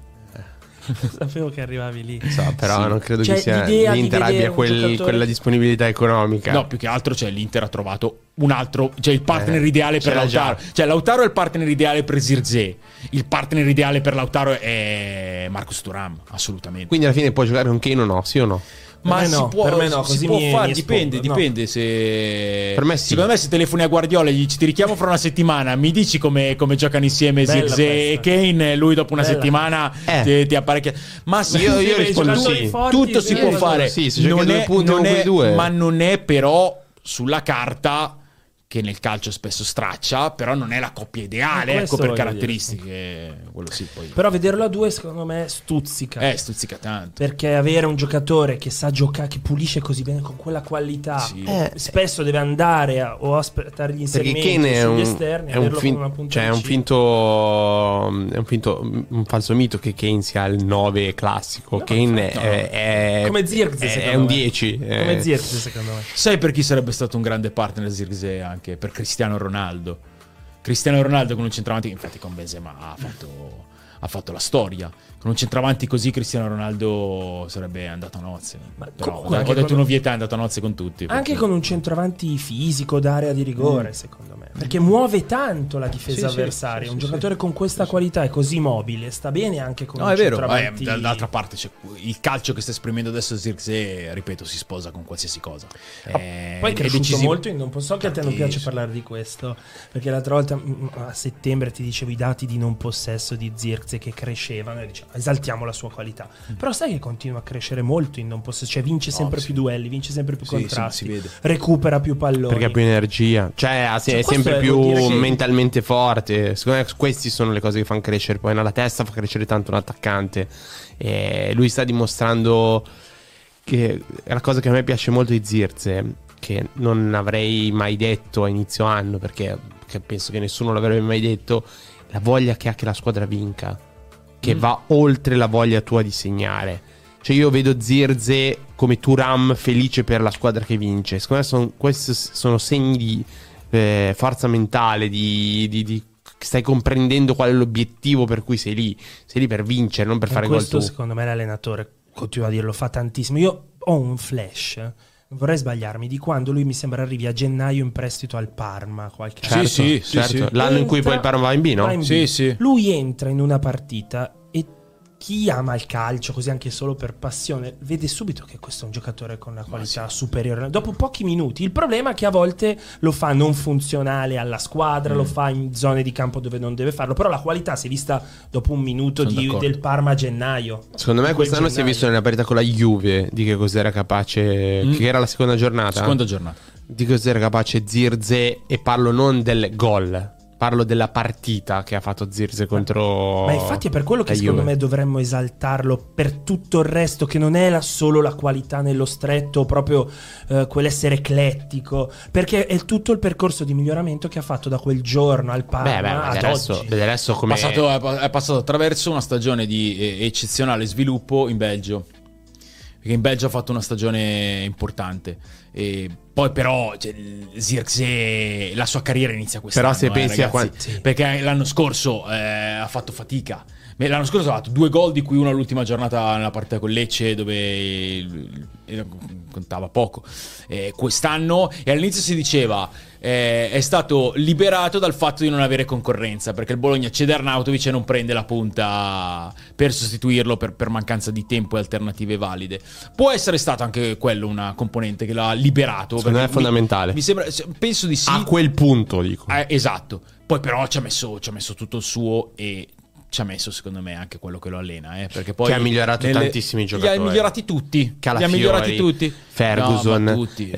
sapevo che arrivavi lì. So, però Sì. non credo Cioè, che sia l'idea di l'Inter vedere abbia un quel- giocatore- quella disponibilità economica. No, più che altro, cioè, l'Inter ha trovato un altro, cioè il partner Eh, ideale per c'era Lautaro. già. Cioè, Lautaro è il partner ideale per Zirkzee. Il partner ideale per Lautaro è Marcus Thuram, assolutamente. Quindi alla fine può giocare con Kane o no? Sì o no? Ma me si no, può, per me no, si così può mi- fare, mi dipende, espongo, no. dipende se... Per me sì. Secondo me se telefoni a Guardiola e gli dici ti richiamo fra una settimana, mi dici come, come giocano insieme Bella Zirkzee e questa. Kane, lui dopo una Bella. settimana Eh. ti, ti apparecchia. Ma sì, Io- io Sì, rispondo giocatori sì. forti, tutto si sì, può io fare. sì, se giochi non due è, punti, non uno è- con i due. ma non è però sulla carta, che nel calcio spesso straccia, però non è la coppia ideale, Eh, ecco, questo per voglio caratteristiche. Quello sì, poi. Però vederlo a due secondo me stuzzica. Eh, stuzzica tanto. Perché avere un giocatore che sa giocare, che pulisce così bene con quella qualità, Sì. Eh, spesso deve andare a, o aspettare gli Perché inserimenti Kane è sugli un, esterni, è un, averlo fin- con una punta cioè è un vicina. finto, è un finto, un falso mito che Kane sia il nove classico. No, Kane infatti, è, è- Come Zirkzee, è, secondo è un me. dieci. Come eh. Zirkzee secondo me. Sai per chi sarebbe stato un grande partner Zirkzee anche? Per Cristiano Ronaldo. Cristiano Ronaldo con un centravanti, infatti con Benzema ha fatto, ha fatto la storia. Con un centravanti così Cristiano Ronaldo sarebbe andato a nozze. Ma Però comunque ho anche detto con- un'ovvietà, è andato a nozze con tutti. Anche perché- con un centravanti fisico d'area di rigore, secondo me. Perché muove tanto la difesa Sì, sì, avversaria. sì, un sì, giocatore con questa qualità è così mobile, sta bene anche con No, un è vero. centravanti. Eh, dall'altra parte c'è il calcio che sta esprimendo adesso Zirkzee, ripeto, si sposa con qualsiasi cosa. Eh, Poi è cresciuto decisivo. molto in non so che a te non piace Tantissimo. parlare di questo, perché l'altra volta mm, a settembre ti dicevo i dati di non possesso di Zirkzee che crescevano e diciamo esaltiamo la sua qualità. Però sai che continua a crescere molto in non possesso, cioè vince sempre Mm. sì. più duelli, vince sempre più Sì, sì, contrasti, si vede. recupera più palloni. Perché ha più energia, cioè, ha- Cioè, è questo sempre è- più vuol dire che- mentalmente forte. Secondo me queste sono le cose che fanno crescere. Poi nella testa fa crescere tanto un attaccante. E lui sta dimostrando che è la cosa che a me piace molto di Zirkzee, che non avrei mai detto a inizio anno, perché, perché penso che nessuno l'avrebbe mai detto, la voglia che ha che la squadra vinca, che Mm. va oltre la voglia tua di segnare. Cioè io vedo Zirkzee come Thuram felice per la squadra che vince. Secondo me sono, questi sono segni di eh, forza mentale, di, di, di stai comprendendo qual è l'obiettivo per cui sei lì. Sei lì per vincere, non per E fare gol questo tu. secondo me l'allenatore, continuo a dirlo, fa tantissimo. Io ho un flash, non vorrei sbagliarmi, di quando lui mi sembra arrivi a gennaio in prestito al Parma qualche Sì, anno. sì, sì, certo. sì. L'anno in cui Entra- poi il Parma va in B, no? va in B. Sì, sì. Lui entra in una partita e chi ama il calcio, così anche solo per passione, vede subito che questo è un giocatore con una qualità superiore. Dopo pochi minuti, il problema è che a volte lo fa non funzionale alla squadra, Mm. lo fa in zone di campo dove non deve farlo, però la qualità si è vista dopo un minuto Sono di- d'accordo. del Parma a gennaio. Secondo me In quel quest'anno si è gennaio. visto nella partita con la Juve di che cos'era capace, Mm. che era la seconda giornata. Seconda giornata. Di cos'era capace Zirkzee, e parlo non del gol, parlo della partita che ha fatto Zirkzee contro. Ma infatti è per quello che secondo me dovremmo esaltarlo per tutto il resto, che non è la, solo la qualità nello stretto, proprio eh, quell'essere eclettico, perché è tutto il percorso di miglioramento che ha fatto da quel giorno al Parma beh, beh, ad adesso, oggi. adesso come È passato, è passato attraverso una stagione di eh, eccezionale sviluppo in Belgio, perché in Belgio ha fatto una stagione importante. E poi però cioè, Zirkzee, la sua carriera inizia quest'anno. Però se eh, pensi ragazzi, a quanti... sì. perché l'anno scorso eh, ha fatto fatica. L'anno scorso ha fatto due gol, di cui uno all'ultima giornata nella partita con Lecce, dove contava poco. Eh, quest'anno, e all'inizio si diceva eh, è stato liberato dal fatto di non avere concorrenza, perché il Bologna cede Arnautovic e non prende la punta per sostituirlo per, per mancanza di tempo e alternative valide. Può essere stato anche quello una componente che l'ha liberato. Secondo me è fondamentale. Mi, mi sembra, penso di sì. A quel punto, dico. Eh, esatto. Poi però ci ha messo, ci ha messo tutto il suo, e ci ha messo secondo me anche quello che lo allena, eh, perché poi che ha migliorato nelle... tantissimi giocatori, li ha migliorati tutti, Calafiori, li ha migliorati tutti, Ferguson, no, tutti.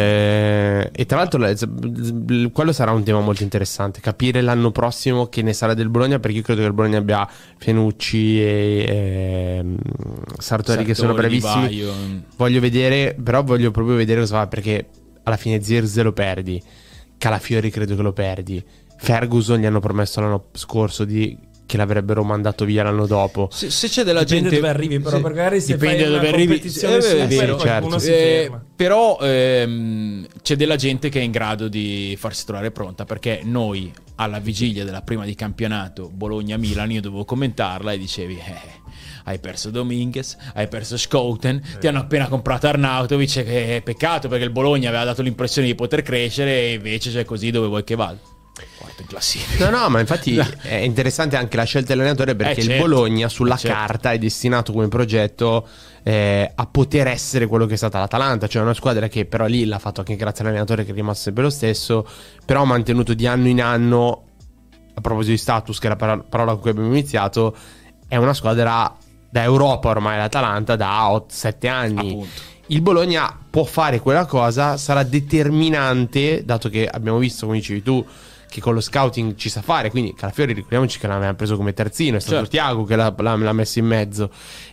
Eh, e tra l'altro quello sarà un tema molto interessante, capire l'anno prossimo che ne sarà del Bologna, perché io credo che il Bologna abbia Fenucci e eh, Sartori, Sartori che sono bravissimi. Baio. Voglio vedere, però voglio proprio vedere cosa fa, perché alla fine Zirkzee lo perdi, Calafiori credo che lo perdi, Ferguson gli hanno promesso l'anno scorso di che l'avrebbero mandato via l'anno dopo. Se, se c'è della Dipende gente dove arrivi, però sì, magari se dipende fai dove una arrivi, competizione eh, super, è vero, qualcuno certo. si Eh, ferma. però ehm, c'è della gente che è in grado di farsi trovare pronta, perché noi alla vigilia della prima di campionato Bologna-Milan io dovevo commentarla e dicevi eh, hai perso Dominguez, hai perso Schouten, eh. ti hanno appena comprato Arnautovic, che è peccato perché il Bologna aveva dato l'impressione di poter crescere e invece c'è così dove vuoi che vada. Quarto in classifica. No, no, ma infatti è interessante anche la scelta dell'allenatore, perché eh, certo. il Bologna sulla eh, certo. carta è destinato come progetto eh, a poter essere quello che è stata l'Atalanta, cioè una squadra che però lì l'ha fatto anche grazie all'allenatore, che è rimasto sempre lo stesso, però ha mantenuto di anno in anno, a proposito di status, che è la parola, parola con cui abbiamo iniziato, è una squadra da Europa ormai l'Atalanta da sette anni. Appunto. Il Bologna può fare quella cosa, sarà determinante, dato che abbiamo visto, come dicevi tu, che con lo scouting ci sa fare, quindi Calafiori ricordiamoci che l'aveva preso come terzino, è stato certo. Thiago che l'ha, l'ha, l'ha messo in mezzo,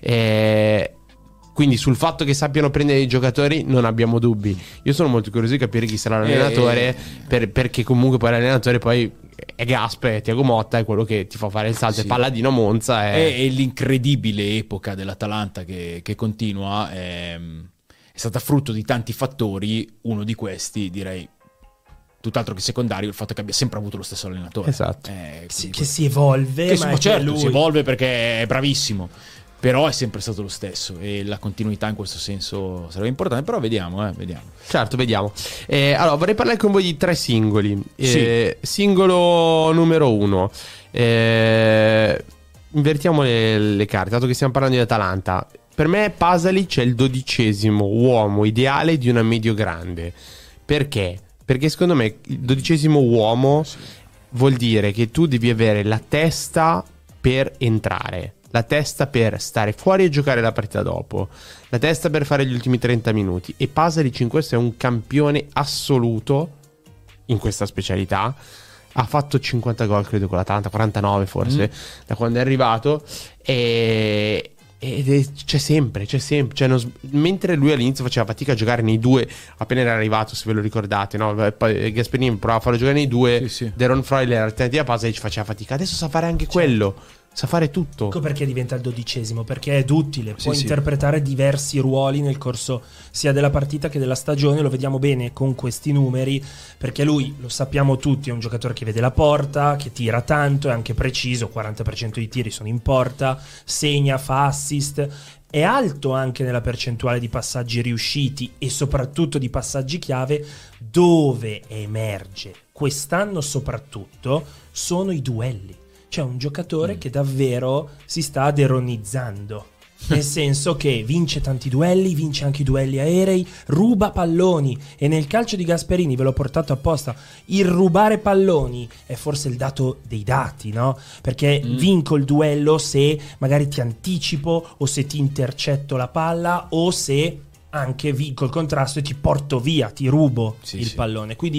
e quindi sul fatto che sappiano prendere i giocatori non abbiamo dubbi. Io sono molto curioso di capire chi sarà l'allenatore, eh, per, perché comunque poi l'allenatore poi è Gasper, è Thiago Motta, è quello che ti fa fare il salto, sì. È Palladino Monza è... È, è l'incredibile epoca dell'Atalanta che, che continua, è, è stata frutto di tanti fattori, uno di questi direi tutt'altro che secondario, il fatto che abbia sempre avuto lo stesso allenatore. Esatto. Eh, Sì, che si evolve, che ma si, è certo, lui. si evolve perché è bravissimo, però è sempre stato lo stesso e la continuità in questo senso sarebbe importante, però vediamo, eh, vediamo. Certo, vediamo. Eh, allora, vorrei parlare con voi di tre singoli. Eh, sì. Singolo numero uno. Eh, invertiamo le, le carte, dato che stiamo parlando di Atalanta. Per me Pasalic è il dodicesimo uomo ideale di una medio grande. Perché? Perché secondo me il dodicesimo uomo sì. vuol dire che tu devi avere la testa per entrare, la testa per stare fuori e giocare la partita dopo, la testa per fare gli ultimi trenta minuti, e Pasalic in questo è un campione assoluto in questa specialità. Ha fatto cinquanta gol credo con l'Atalanta, quarantanove forse mm. da quando è arrivato, e ed è, c'è sempre, c'è sempre, cioè non, mentre lui all'inizio faceva fatica a giocare nei due, appena era arrivato, se ve lo ricordate, no? Poi Gasperini provava a farlo giocare nei due, sì, sì. Deron Freuler alternativa a Pasalic faceva fatica, adesso sa fare anche quello, sa fare tutto. Ecco perché diventa il dodicesimo, perché è duttile, può sì, interpretare sì. diversi ruoli nel corso sia della partita che della stagione. Lo vediamo bene con questi numeri, perché lui, lo sappiamo tutti, è un giocatore che vede la porta, che tira tanto, è anche preciso, quaranta per cento dei tiri sono in porta, segna, fa assist, è alto anche nella percentuale di passaggi riusciti e soprattutto di passaggi chiave. Dove emerge quest'anno soprattutto sono i duelli. C'è un giocatore mm. che davvero si sta deronizzando, nel senso che vince tanti duelli, vince anche i duelli aerei, ruba palloni, e nel calcio di Gasperini, ve l'ho portato apposta, il rubare palloni è forse il dato dei dati, no? Perché mm. vinco il duello se magari ti anticipo, o se ti intercetto la palla, o se anche vinco il contrasto e ti porto via, ti rubo sì, il sì. pallone. Quindi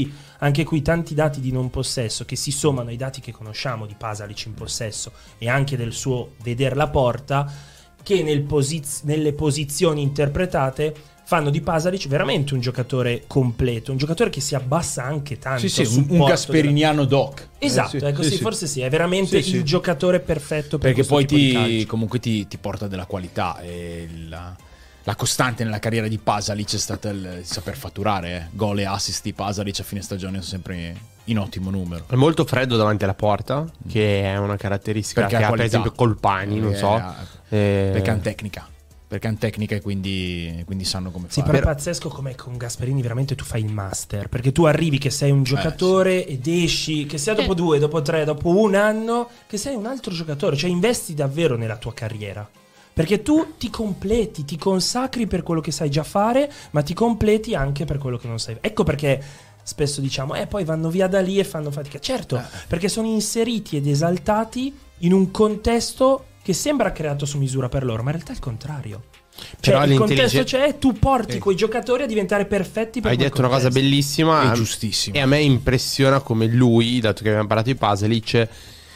Anche qui tanti dati di non possesso che si sommano ai dati che conosciamo di Pasalic in possesso e anche del suo veder la porta, che nel posiz- nelle posizioni interpretate fanno di Pasalic veramente un giocatore completo, un giocatore che si abbassa anche tanto. Sì, sì, un, un Gasperiniano della... doc. Esatto, eh, sì, ecco, sì, sì, sì. forse sì, è veramente sì, il sì. giocatore perfetto per perché questo poi tipo di ti calcio. comunque ti, ti porta della qualità e la, la costante nella carriera di Pasalic è stata il saper fatturare, eh. Gol e assist di Pasalic a fine stagione sono sempre in ottimo numero. È molto freddo davanti alla porta, che è una caratteristica Perché che ha ha per qualità. esempio Colpani, non Eh, so. eh, Eh, perché hanno tecnica. Perché hanno tecnica e quindi, quindi sanno come Sì, fare. però è pazzesco come con Gasperini veramente tu fai il master, perché tu arrivi che sei un giocatore ed esci, che sia dopo Eh. due, dopo tre, dopo un anno, che sei un altro giocatore, cioè investi davvero nella tua carriera. Perché tu ti completi, ti consacri per quello che sai già fare, ma ti completi anche per quello che non sai. Ecco perché spesso diciamo, eh poi vanno via da lì e fanno fatica. Certo, perché sono inseriti ed esaltati in un contesto che sembra creato su misura per loro, ma in realtà è il contrario. Però Cioè, il contesto l'intelligen- c'è, tu porti Eh. quei giocatori a diventare perfetti per Hai quel detto una cosa contesto. bellissima È giustissimo. e a me impressiona come lui, dato che abbiamo parlato di Pasalic,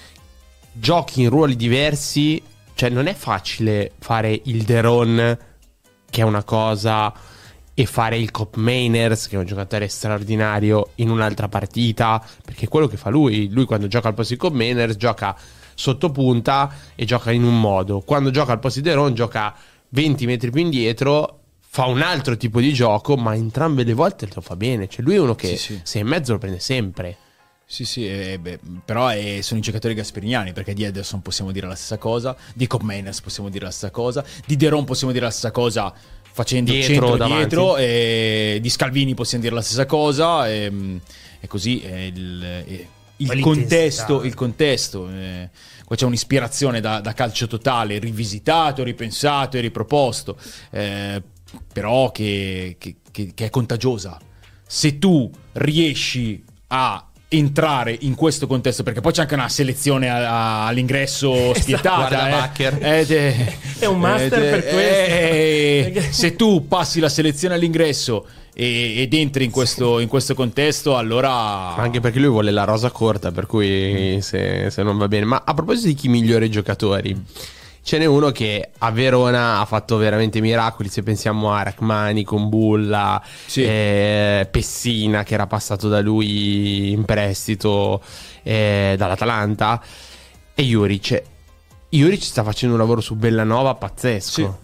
giochi in ruoli diversi. Cioè non è facile fare il Deron, che è una cosa, e fare il Cop Mainers, che è un giocatore straordinario, in un'altra partita, perché è quello che fa lui. Lui quando gioca al posto di Cop Mainers gioca sotto punta e gioca in un modo. Quando gioca al posto di Deron gioca venti metri più indietro, fa un altro tipo di gioco, ma entrambe le volte lo fa bene. Cioè lui è uno che Sì, sì. se è in mezzo lo prende sempre. Sì, sì, eh, beh, però eh, sono i giocatori gasperiniani, perché di Ederson possiamo dire la stessa cosa, di Cop Mainers possiamo dire la stessa cosa, di Deron possiamo dire la stessa cosa facendo Dietro, centro davanti. dietro, e di Scalvini possiamo dire la stessa cosa, e, e così eh, il, eh, il Poi contesto, l'intensità. il contesto eh, qua c'è un'ispirazione da, da calcio totale, rivisitato, ripensato e riproposto, eh, però che, che, che, che è contagiosa. Se tu riesci a entrare in questo contesto, perché poi c'è anche una selezione a- a- all'ingresso spietata, Guarda eh. Bacher. Ed è, È un master ed è- per eh, questo. se tu passi la selezione all'ingresso e- ed entri in questo, in questo contesto, allora Anche perché lui vuole la rosa corta, per cui se, se non va bene. Ma a proposito di chi migliora i giocatori, ce n'è uno che a Verona ha fatto veramente miracoli. Se pensiamo a Rachmani con Bulla, Sì. eh, Pessina che era passato da lui in prestito eh, dall'Atalanta, e Juric. Juric sta facendo un lavoro su Bellanova pazzesco.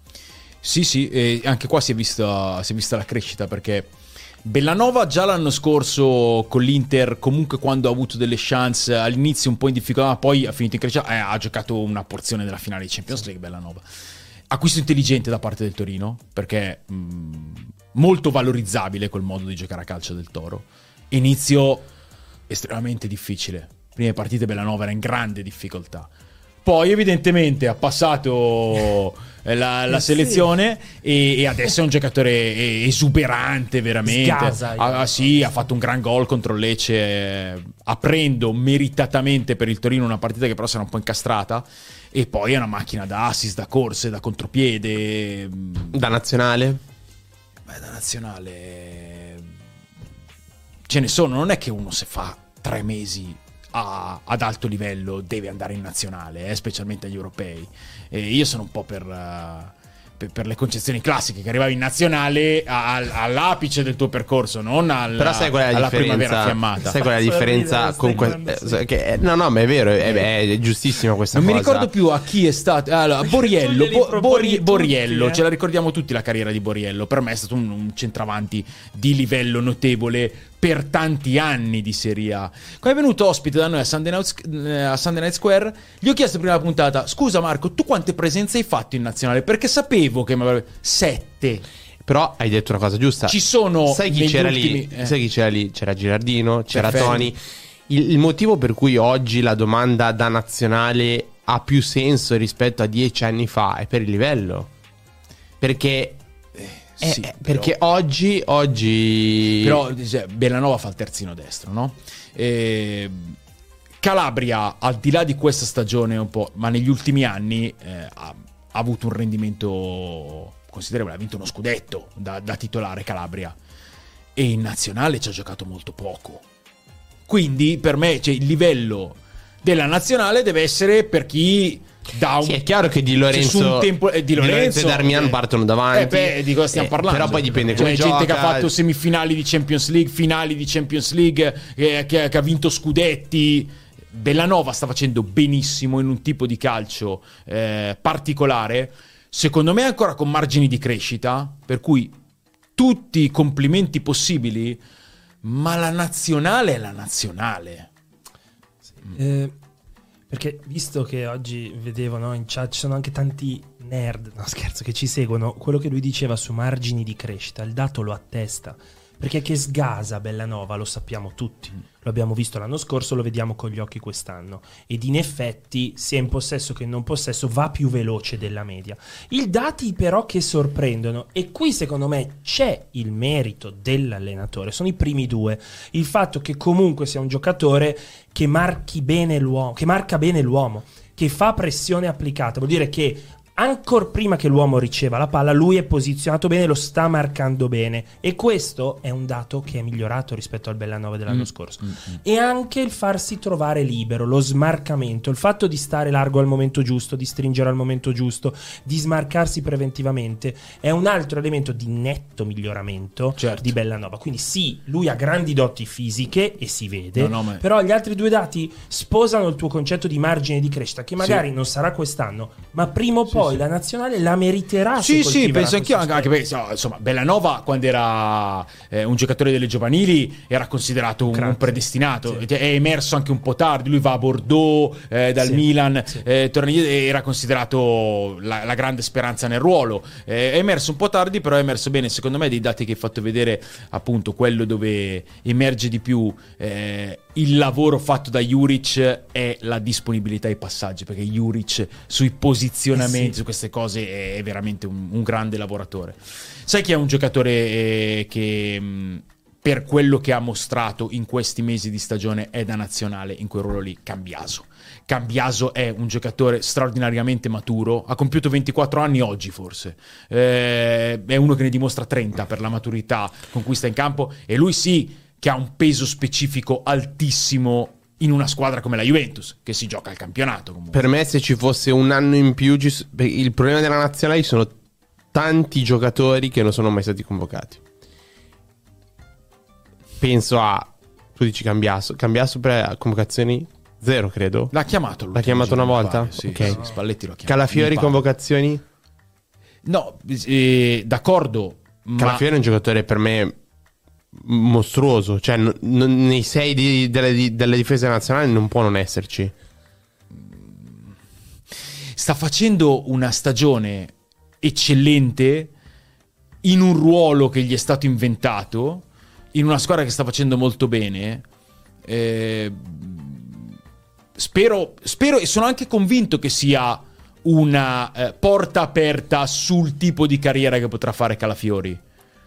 Sì, sì, e anche qua si è vista, si è vista la crescita, perché Bellanova già l'anno scorso con l'Inter, comunque quando ha avuto delle chance all'inizio un po' in difficoltà, ma poi ha finito in crescita, eh, ha giocato una porzione della finale di Champions League. Bellanova, acquisto intelligente da parte del Torino, perché mh, molto valorizzabile quel modo di giocare a calcio del Toro. Inizio estremamente difficile, prime partite Bellanova era in grande difficoltà. Poi evidentemente ha passato eh, la, la Eh, sì. selezione e, e adesso è un giocatore eh, esuberante veramente. Sgasa, Ah, ah, sì, ha fatto un gran gol contro Lecce, eh, aprendo meritatamente per il Torino una partita che però si era un po' incastrata. E poi è una macchina da assist, da corse, da contropiede. Da nazionale? Beh, da nazionale ce ne sono. Non è che uno se fa tre mesi a- ad alto livello deve andare in nazionale, eh, specialmente agli europei. E io sono un po' per, uh, per, per le concezioni classiche, che arrivavi in nazionale a- al- all'apice del tuo percorso, non al, Però sai qual è la alla primavera differenza? fiammata. Sai qual è la Sorride, differenza stai con que- guardando, eh, che- no, no, ma è vero, è, è- è giustissima questa Non cosa. mi ricordo più a chi è stato. Allora, Borriello, glieli Bo- proponi Borri- tutti, Borriello, eh. ce la ricordiamo tutti la carriera di Borriello. Per me è stato un, un centravanti di livello notevole per tanti anni di Serie A. Quando è venuto ospite da noi a Sunday Night, eh, a Sunday Night Square, gli ho chiesto prima della puntata: scusa Marco, tu quante presenze hai fatto in nazionale? Perché sapevo che mi avrebbe. Sette. Però hai detto una cosa giusta. Ci sono Sai chi negli c'era ultimi- lì? eh. Sai chi c'era lì? C'era Girardino, c'era Perfetto. Toni. Il, il motivo per cui oggi la domanda da nazionale ha più senso rispetto a dieci anni fa è per il livello. Perché Eh, Sì, eh, però- perché oggi, oggi... Però cioè, Bellanova fa il terzino destro, no? E Calabria, al di là di questa stagione un po', ma negli ultimi anni eh, ha, ha avuto un rendimento considerevole, ha vinto uno scudetto da, da titolare Calabria. e in nazionale ci ha giocato molto poco. Quindi per me, cioè, il livello della nazionale deve essere per chi da un... Sì, è chiaro che Di Lorenzo, un tempo, eh, Di Lorenzo, Di Lorenzo e Darmian eh, partono davanti. Eh beh, di cosa stiamo eh, parlando? Però poi dipende cioè, come gente gioca. che ha fatto semifinali di Champions League, finali di Champions League, eh, che, che ha vinto scudetti. Bellanova sta facendo benissimo in un tipo di calcio eh, particolare, secondo me ancora con margini di crescita, per cui tutti i complimenti possibili, ma la nazionale è la nazionale. Eh, perché visto che oggi vedevo, no, in chat ci sono anche tanti nerd, no scherzo, che ci seguono, quello che lui diceva su margini di crescita, il dato lo attesta, perché che sgasa Bellanova lo sappiamo tutti, lo abbiamo visto l'anno scorso, lo vediamo con gli occhi quest'anno, ed in effetti sia in possesso che in non possesso va più veloce della media. I dati però che sorprendono, e qui secondo me c'è il merito dell'allenatore, sono i primi due, il fatto che comunque sia un giocatore che marchi bene l'uomo, che marca bene l'uomo, che fa pressione applicata, vuol dire che ancor prima che l'uomo riceva la palla lui è posizionato bene, lo sta marcando bene, e questo è un dato che è migliorato rispetto al Bellanova dell'anno mm. scorso mm. E anche il farsi trovare libero, lo smarcamento, il fatto di stare largo al momento giusto, di stringere al momento giusto, di smarcarsi preventivamente è un altro elemento di netto miglioramento, certo, di Bellanova. Quindi sì, lui ha grandi doti fisiche e si vede, no, no, ma... però gli altri due dati sposano il tuo concetto di margine di crescita, che magari sì. non sarà quest'anno, ma prima o poi poi la nazionale la meriterà. Sì, sì, penso anch'io, anche, anche perché insomma, Bellanova quando era eh, un giocatore delle giovanili era considerato un, un predestinato, sì. È emerso anche un po' tardi, lui va a Bordeaux eh, dal sì. Milan, sì. Eh, torna, era considerato la, la grande speranza nel ruolo, eh, è emerso un po' tardi, però è emerso bene. Secondo me dei dati che hai fatto vedere, appunto quello dove emerge di più eh, il lavoro fatto da Juric è la disponibilità ai passaggi, perché Juric sui posizionamenti, eh sì. su queste cose è veramente un, un grande lavoratore. Sai chi è un giocatore eh, che mh, per quello che ha mostrato in questi mesi di stagione è da nazionale in quel ruolo lì? Cambiaso. Cambiaso è un giocatore straordinariamente maturo, ha compiuto ventiquattro anni oggi forse, eh, è uno che ne dimostra trenta per la maturità con cui sta in campo, e lui sì che ha un peso specifico altissimo in una squadra come la Juventus, che si gioca al campionato comunque. Per me, se ci fosse un anno in più, il problema della nazionale sono tanti giocatori che non sono mai stati convocati. Penso a, tu dici Cambiaso, Cambiaso per convocazioni zero, credo. L'ha chiamato lui. L'ha chiamato una volta? Sì, okay. sì, Spalletti lo chiama. Calafiori convocazioni? No, eh, d'accordo. Calafiori ma... è un giocatore per me mostruoso, cioè n- n- nei sei di, delle, di, delle difese nazionali non può non esserci. Sta facendo una stagione eccellente in un ruolo che gli è stato inventato, in una squadra che sta facendo molto bene. eh, spero, spero e sono anche convinto che sia una eh, porta aperta sul tipo di carriera che potrà fare Calafiori.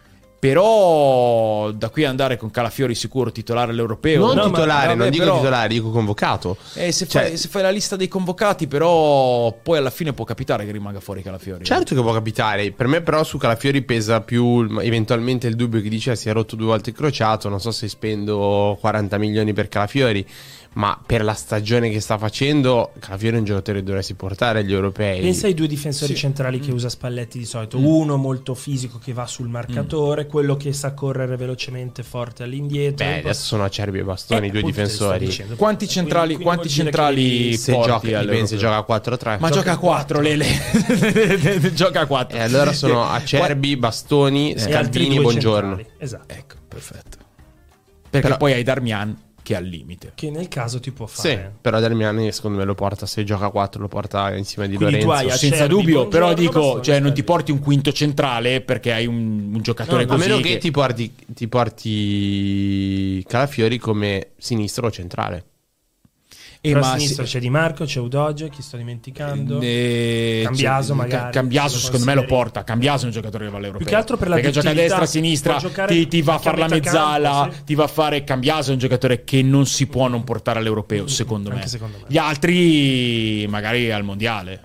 Però da qui ad andare con Calafiori sicuro titolare all'europeo. Non no, titolare, ma, non dico però, titolare, dico convocato. Eh, se, cioè, fai, se fai la lista dei convocati, però poi alla fine può capitare che rimanga fuori Calafiori. Certo che può capitare. Per me però su Calafiori pesa più eventualmente il dubbio che dice si è rotto due volte il crociato. Non so se spendo quaranta milioni per Calafiori, ma per la stagione che sta facendo Calafiori è un giocatore che dovresti portare agli europei. Pensa ai due difensori sì. centrali che usa Spalletti di solito, mm. uno molto fisico che va sul marcatore, mm. quello che sa correre velocemente forte all'indietro. Beh, adesso sono Acerbi e Bastoni i eh, due difensori. Quanti centrali, quindi, quanti quindi centrali se gioca, dipende, se gioca a quattro tre. Ma gioca a quattro Lele. Gioca a quattro. E allora sono Acerbi, Bastoni, eh. Scalvini e Buongiorno. Centrali. Esatto. Ecco, perfetto. Perché però, poi hai Darmian che è al limite, che nel caso ti può fare. Sì, però Darmian secondo me lo porta, se gioca a quattro lo porta insieme di quindi Lorenzo senza Acerbi, dubbio, però dico, cioè non ti porti un quinto centrale perché hai un, un giocatore no, così a meno che, che ti porti ti porti Calafiori come sinistro o centrale. E però a sinistra si... c'è Di Marco, c'è Udoge, chi sto dimenticando? Eh, Cambiaso magari. Cambiaso secondo me lo porta. Cambiaso è un giocatore che va all'europeo. Più che altro per la perché gioca a destra, a sinistra, ti, ti va a fare la mezzala, campo, sì. ti va a fare. Cambiaso è un giocatore che non si può non portare all'europeo, mm, secondo, me. secondo me. Gli altri magari al mondiale.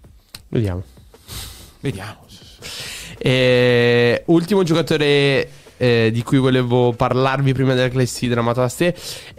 Vediamo. Vediamo. E, ultimo giocatore eh, di cui volevo parlarvi prima della classifica della Matoste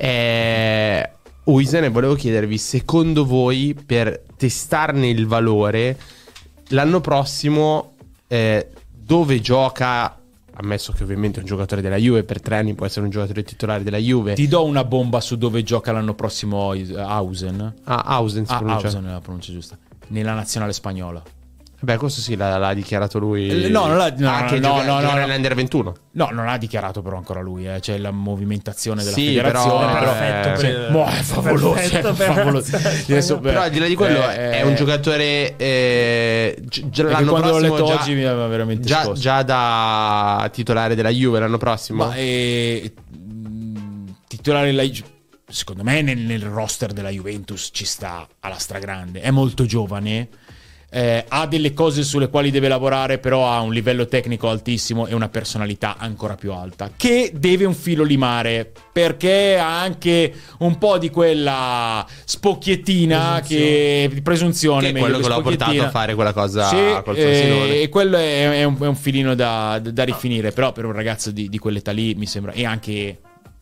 è Huijsen, e volevo chiedervi, secondo voi, per testarne il valore, l'anno prossimo eh, dove gioca, ammesso che ovviamente è un giocatore della Juve, per tre anni può essere un giocatore titolare della Juve. Ti do una bomba su dove gioca l'anno prossimo Huijsen. Ah, Huijsen si ah, pronuncia. Huijsen è la pronuncia giusta. Nella nazionale spagnola. Beh, questo sì, l'ha, l'ha dichiarato lui. No, non l'ha, no, ah, no, che no, gioca, no, gioca no, nell'Under ventuno. No, non l'ha dichiarato però ancora lui, eh. C'è la movimentazione della sì, federazione. Però, però perfetto eh, per, cioè, boh, è favoloso, perfetto è per favoloso. Adesso, però al di là di quello eh, è un giocatore eh, gi- l'anno quando l'ho prossimo letto già, oggi mi aveva veramente già, scosso. già da titolare della Juve l'anno prossimo. Ma eh, titolare della Juve, secondo me nel, nel roster della Juventus ci sta alla stragrande. È molto giovane, eh, ha delle cose sulle quali deve lavorare, però ha un livello tecnico altissimo e una personalità ancora più alta, che deve un filo limare, perché ha anche un po' di quella spocchiettina che di presunzione, che è quello che l'ha portato a fare quella cosa sì, col Frosinone. eh, e quello è, è, un, è un filino da, da rifinire, però per un ragazzo di, di quell'età lì mi sembra, e anche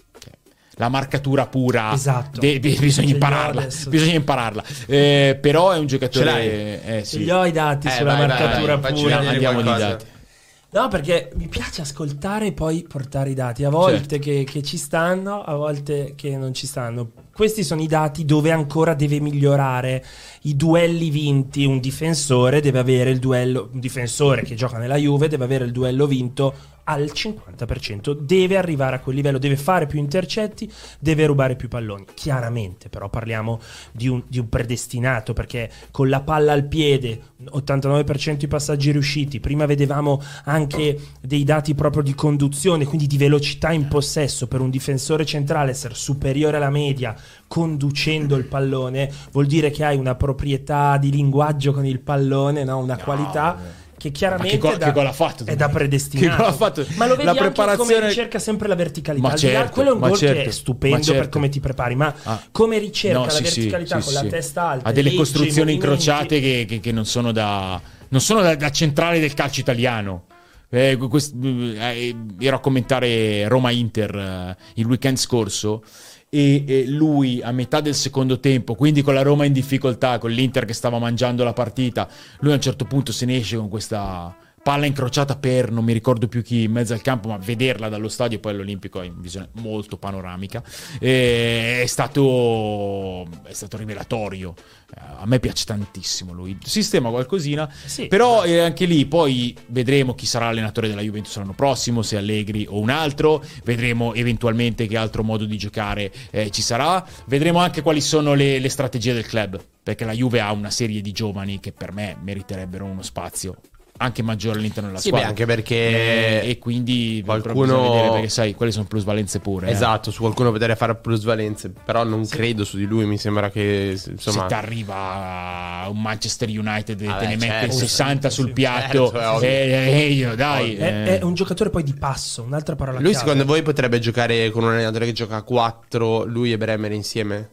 la marcatura pura, esatto, de, de, bisogna ce impararla, adesso. bisogna impararla. Eh, però è un giocatore. Ce l'hai? Eh, sì. Ce li ho i dati Eh, sulla vai, vai, marcatura vai, facci pura. vedere Andiamo di qualcosa. dati. No, perché mi piace ascoltare e poi portare i dati. A volte Certo. che, che ci stanno, a volte che non ci stanno. Questi sono i dati dove ancora deve migliorare i duelli vinti. Un difensore deve avere il duello, un difensore che gioca nella Juve deve avere il duello vinto al cinquanta per cento, deve arrivare a quel livello, deve fare più intercetti, deve rubare più palloni. Chiaramente però parliamo di un, di un predestinato, perché con la palla al piede, ottantanove per cento i passaggi riusciti, prima vedevamo anche dei dati proprio di conduzione, quindi di velocità in possesso. Per un difensore centrale essere superiore alla media conducendo il pallone vuol dire che hai una proprietà di linguaggio con il pallone, no? Una No, qualità eh. che chiaramente Ma che, go- è da, che gol ha fatto? è da predestinato. Che gol ha fatto? Ma lo vedi La anche preparazione- come ricerca sempre la verticalità. Ma Al di là- certo, quello è un ma gol certo, che è stupendo ma certo. per come ti prepari, ma Ah. come ricerca No, la sì, sì, verticalità sì, con sì. la testa alta, ha delle legge, costruzioni i movimenti. incrociate che, che, che non sono da non sono da, da centrale del calcio italiano. Eh, quest- eh, ero a commentare Roma-Inter eh, il weekend scorso e, e lui a metà del secondo tempo, quindi con la Roma in difficoltà, con l'Inter che stava mangiando la partita, lui a un certo punto se ne esce con questa palla incrociata per non mi ricordo più chi in mezzo al campo, ma vederla dallo stadio, poi all'Olimpico è in visione molto panoramica, e è stato è stato rivelatorio. A me piace tantissimo lui, sistema qualcosina, Sì. però eh, anche lì poi vedremo chi sarà allenatore della Juventus l'anno prossimo, se Allegri o un altro, vedremo eventualmente che altro modo di giocare eh, ci sarà, vedremo anche quali sono le, le strategie del club, perché la Juve ha una serie di giovani che per me meriterebbero uno spazio anche maggiore all'interno della Sì, squadra. beh, anche perché eh, e quindi qualcuno- però bisogna vedere, perché sai, quelle sono plusvalenze pure. eh. Esatto, su qualcuno potrei fare plusvalenze, però non credo su di lui, mi sembra che insomma Se ti arriva un Manchester United e Vabbè, te ne mette certo, sessanta sì, sul sì, piatto, certo, è ovvio. eh, eh, io, dai, È, eh. è un giocatore poi di passo, un'altra parola lui chiave. secondo voi potrebbe giocare con un allenatore che gioca a quattro, lui e Bremer insieme?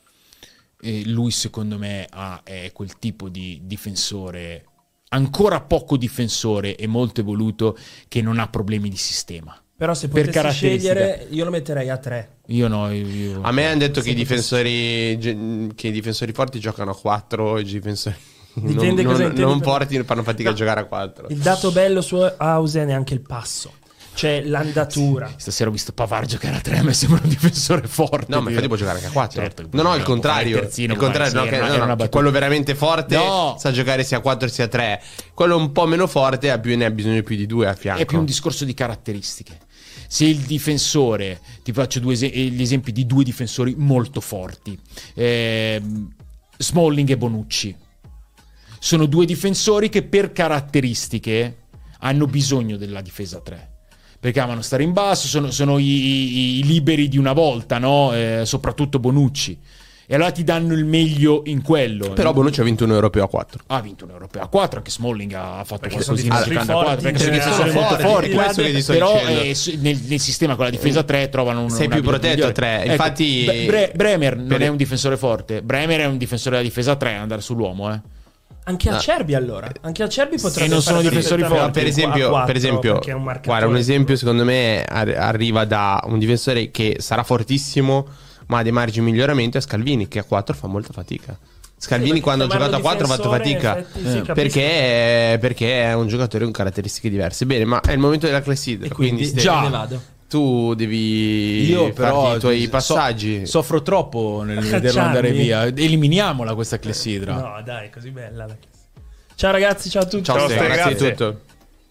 E lui secondo me ha, è quel tipo di difensore, ancora poco difensore e molto evoluto, che non ha problemi di sistema. Però se per potessi caratteristica. scegliere io lo metterei a tre. Io no, io, io- A me hanno detto che i Se difensori ge- che i difensori forti giocano a quattro e i difensori Dipende non, cosa non, intendi non per- forti fanno fatica No. a giocare a quattro. Il dato bello su Huijsen è anche il passo, cioè l'andatura. Stasera ho visto Pavard giocare a tre, mi sembra un difensore forte. No, ma infatti direi. può giocare anche a quattro. Certo, no, no, il può contrario. fare il terzino, il può contrario, fare- no, sì, che- era no, una no, battuta. quello veramente forte No. sa giocare sia a quattro sia a tre. Quello un po' meno forte ha più, ne ha bisogno più di due a fianco. È più un discorso di caratteristiche. Se il difensore, ti faccio due es- gli esempi di due difensori molto forti, ehm, Smalling e Bonucci, sono due difensori che per caratteristiche hanno bisogno della difesa tre, perché amano stare in basso, sono, sono i, i- i liberi di una volta, no? Eh, soprattutto Bonucci, e allora ti danno il meglio in quello. Però Bonucci ha vinto un europeo a quattro. Ha vinto un europeo a quattro, anche Smalling ha fatto Perché sono qualcosina difensori giocando a quattro, forti, perché sono in difensori generale. molto Forti, forti, questo che ti sto però dicendo. eh, su- nel, nel sistema con la difesa tre trovano un, Sei una più via protetto migliore. a tre, Ecco, infatti- Bre- Bre- Bremer non per- è un difensore forte, Bremer è un difensore della difesa tre, andare sull'uomo, eh. Anche Acerbi allora, anche Acerbi potrebbe non sono fare difensori perfettamente forti. Per esempio, a quattro, per esempio perché è un marcatore. guarda, un esempio secondo me ar- arriva da un difensore che sarà fortissimo ma ha dei margini di miglioramento, è Scalvini, che a quattro fa molta fatica. Scalvini Sì, quando ha chiamarlo giocato a quattro ha fatto difensore, fatica, in effetti, sì, eh, capisco. perché, perché è un giocatore con caratteristiche diverse. Bene, ma è il momento della clessidra, E quindi, quindi già. me ne vado. tu devi Io però farti i tuoi so- passaggi. soffro troppo nel Cacciarmi. vederlo andare via. Eliminiamola questa clessidra. No, dai, è così bella la classe. Ciao ragazzi, ciao a tutti. Ciao, Ciao, Ste, Ste, grazie di grazie. tutto.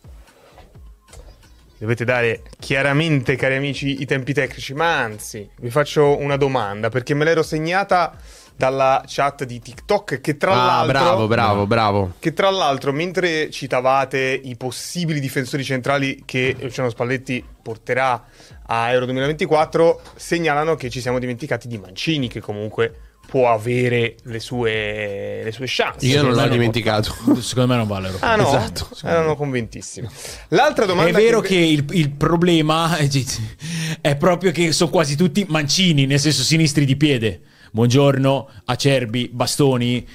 Dovete dare chiaramente, cari amici, i tempi tecnici, ma anzi, vi faccio una domanda, perché me l'ero segnata dalla chat di TikTok, che tra Ah, l'altro... bravo, bravo, bravo. Che tra l'altro, mentre citavate i possibili difensori centrali che Luciano Spalletti porterà a Euro duemilaventiquattro, segnalano che ci siamo dimenticati di Mancini, che comunque può avere le sue, le sue chance. Io non Secondo l'ho me dimenticato. Secondo me non vale. Ah no? Esatto. Erano convintissimi. L'altra domanda... È vero che... che il, il problema è proprio che sono quasi tutti mancini, nel senso sinistri di piede. Buongiorno, Acerbi, Bastoni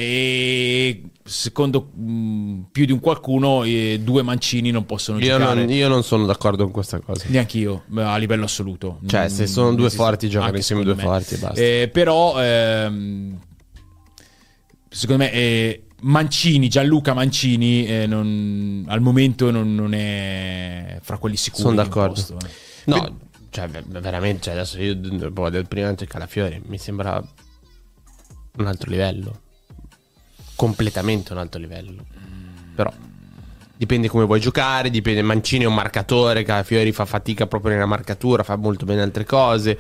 e secondo mh, più di un qualcuno eh, due mancini non possono Io giocare. non, io non sono d'accordo con questa cosa. Neanch'io, a livello assoluto. Cioè, se sono Non due esiste. forti, giocano Anche insieme due secondo me. forti e basta. Eh, però, ehm, secondo me, eh, Mancini, Gianluca Mancini, eh, non- al momento non, non è fra quelli sicuri. Sono di un d'accordo. posto, eh. No, cioè, ve- veramente, cioè, adesso io dopo del primo anno del Calafiori mi sembra un altro livello. Completamente un altro livello. Però dipende come vuoi giocare, dipende. Mancini è un marcatore, Calafiori fa fatica proprio nella marcatura, fa molto bene altre cose.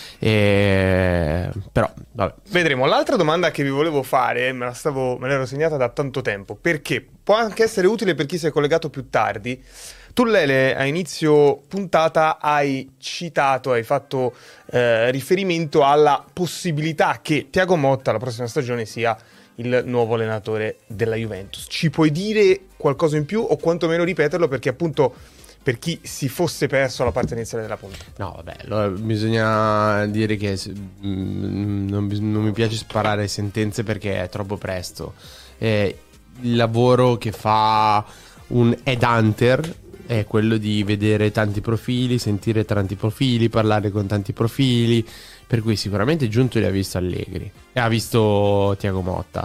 E... però vabbè. Vedremo. L'altra domanda che vi volevo fare, me la stavo, me l'ero segnata da tanto tempo, perché può anche essere utile per chi si è collegato più tardi. Tu, Lele, a inizio puntata hai citato, hai fatto eh, riferimento alla possibilità che Thiago Motta la prossima stagione sia il nuovo allenatore della Juventus. Ci puoi dire qualcosa in più o quantomeno ripeterlo, perché appunto per chi si fosse perso alla parte iniziale della puntata? No, vabbè, allora bisogna dire che mm, non, bis- non mi piace sparare sentenze perché è troppo presto. Eh, il lavoro che fa un headhunter è quello di vedere tanti profili, sentire tanti profili, parlare con tanti profili, per cui sicuramente Giuntoli ha visto Allegri e ha visto Thiago Motta.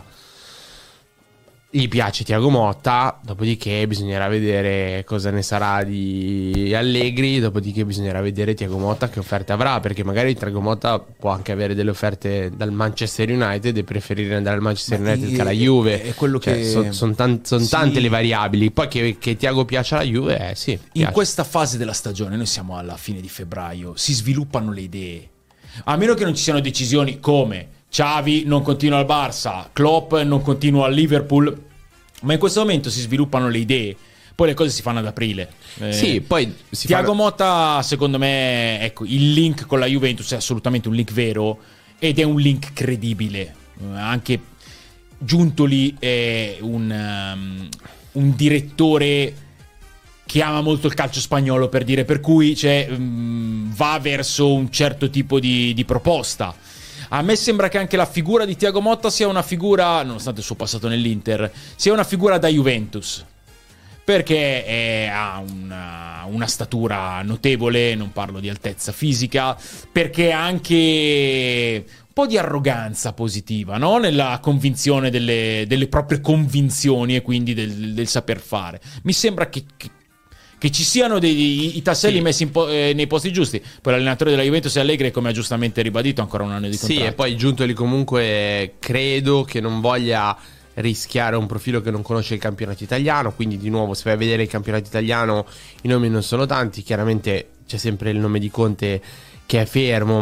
Gli piace Thiago Motta, dopodiché bisognerà vedere cosa ne sarà di Allegri, dopodiché bisognerà vedere Thiago Motta che offerte avrà, perché magari Thiago Motta può anche avere delle offerte dal Manchester United e preferire andare al Manchester Ma United io- che alla Juve. è quello Cioè, che- son- son tan- son Sì. tante le variabili. Poi che, che Thiago piaccia alla Juve, eh, sì, In piace. questa fase della stagione, noi siamo alla fine di febbraio, si sviluppano le idee. A meno che non ci siano decisioni come Xavi non continua al Barça, Klopp non continua al Liverpool, ma in questo momento si sviluppano le idee. Poi le cose si fanno ad aprile. Eh, Sì, poi si Thiago fa- Motta, secondo me, ecco, il link con la Juventus è assolutamente un link vero ed è un link credibile. Eh, anche Giuntoli è un, um, un direttore che ama molto il calcio spagnolo, per dire, per cui cioè, um, va verso un certo tipo di, di proposta. A me sembra che anche la figura di Thiago Motta sia una figura, nonostante il suo passato nell'Inter, sia una figura da Juventus. Perché è- ha una, una statura notevole, non parlo di altezza fisica, perché ha anche un po' di arroganza positiva, no? Nella convinzione delle, delle proprie convinzioni e quindi del, del saper fare. Mi sembra che, che, che ci siano dei, i tasselli Sì. messi in po- eh, nei posti giusti. Poi l'allenatore della Juventus è Allegri, come ha giustamente ribadito, ancora un anno di contratto. Sì, e poi Giuntoli comunque credo che non voglia rischiare un profilo che non conosce il campionato italiano, quindi di nuovo se vai a vedere il campionato italiano i nomi non sono tanti, chiaramente c'è sempre il nome di Conte che è fermo,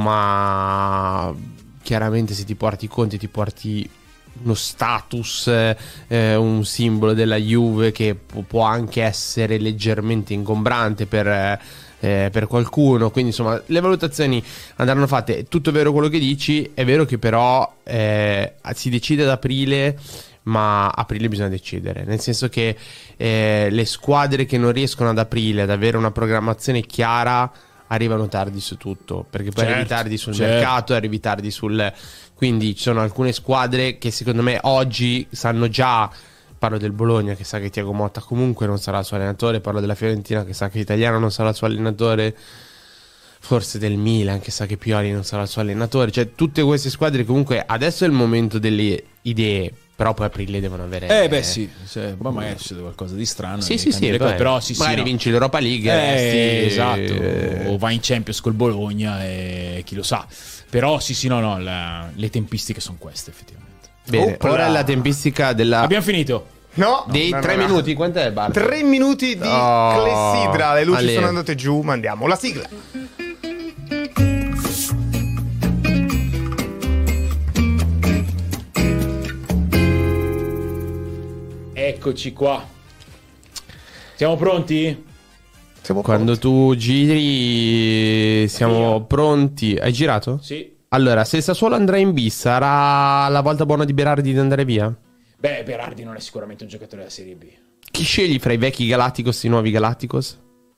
ma chiaramente se ti porti Conte ti porti uno status, eh, un simbolo della Juve che pu- può anche essere leggermente ingombrante per... eh, Eh, per qualcuno, quindi insomma le valutazioni andranno fatte. È tutto vero quello che dici, è vero che però eh, si decide ad aprile, ma aprile bisogna decidere, nel senso che eh, le squadre che non riescono ad aprile ad avere una programmazione chiara arrivano tardi su tutto, perché poi Certo, arrivi tardi sul certo. mercato, arrivi tardi sul... Quindi ci sono alcune squadre che secondo me oggi sanno già, parlo del Bologna che sa che Thiago Motta comunque non sarà il suo allenatore, parlo della Fiorentina che sa che Italiano non sarà il suo allenatore, forse del Milan che sa che Pioli non sarà il suo allenatore, cioè tutte queste squadre comunque adesso è il momento delle idee, però poi aprile devono avere... Eh beh sì, cioè, ma magari succede qualcosa di strano. Sì, e sì, cambia sì, le cose, beh, però sì, sì, magari no. vinci l'Europa League, Eh, resti- esatto, eh, o vai in Champions col Bologna e chi lo sa. Però sì, sì, no, no, la- le tempistiche sono queste effettivamente. Bene, Opla. ora è la tempistica della... Abbiamo finito. No, dei no, no, tre no. minuti, quant'è Barca? Tre minuti di Oh, clessidra. Le luci Ale. sono andate giù, ma andiamo. La sigla. Eccoci qua. Siamo pronti? Siamo Quando pronti. tu giri siamo Via. pronti. Hai girato? Sì. Allora, se il Sassuolo andrà in B, sarà la volta buona di Berardi di andare via? Beh, Berardi non è sicuramente un giocatore della Serie B. Chi scegli fra i vecchi Galacticos e i nuovi Galacticos?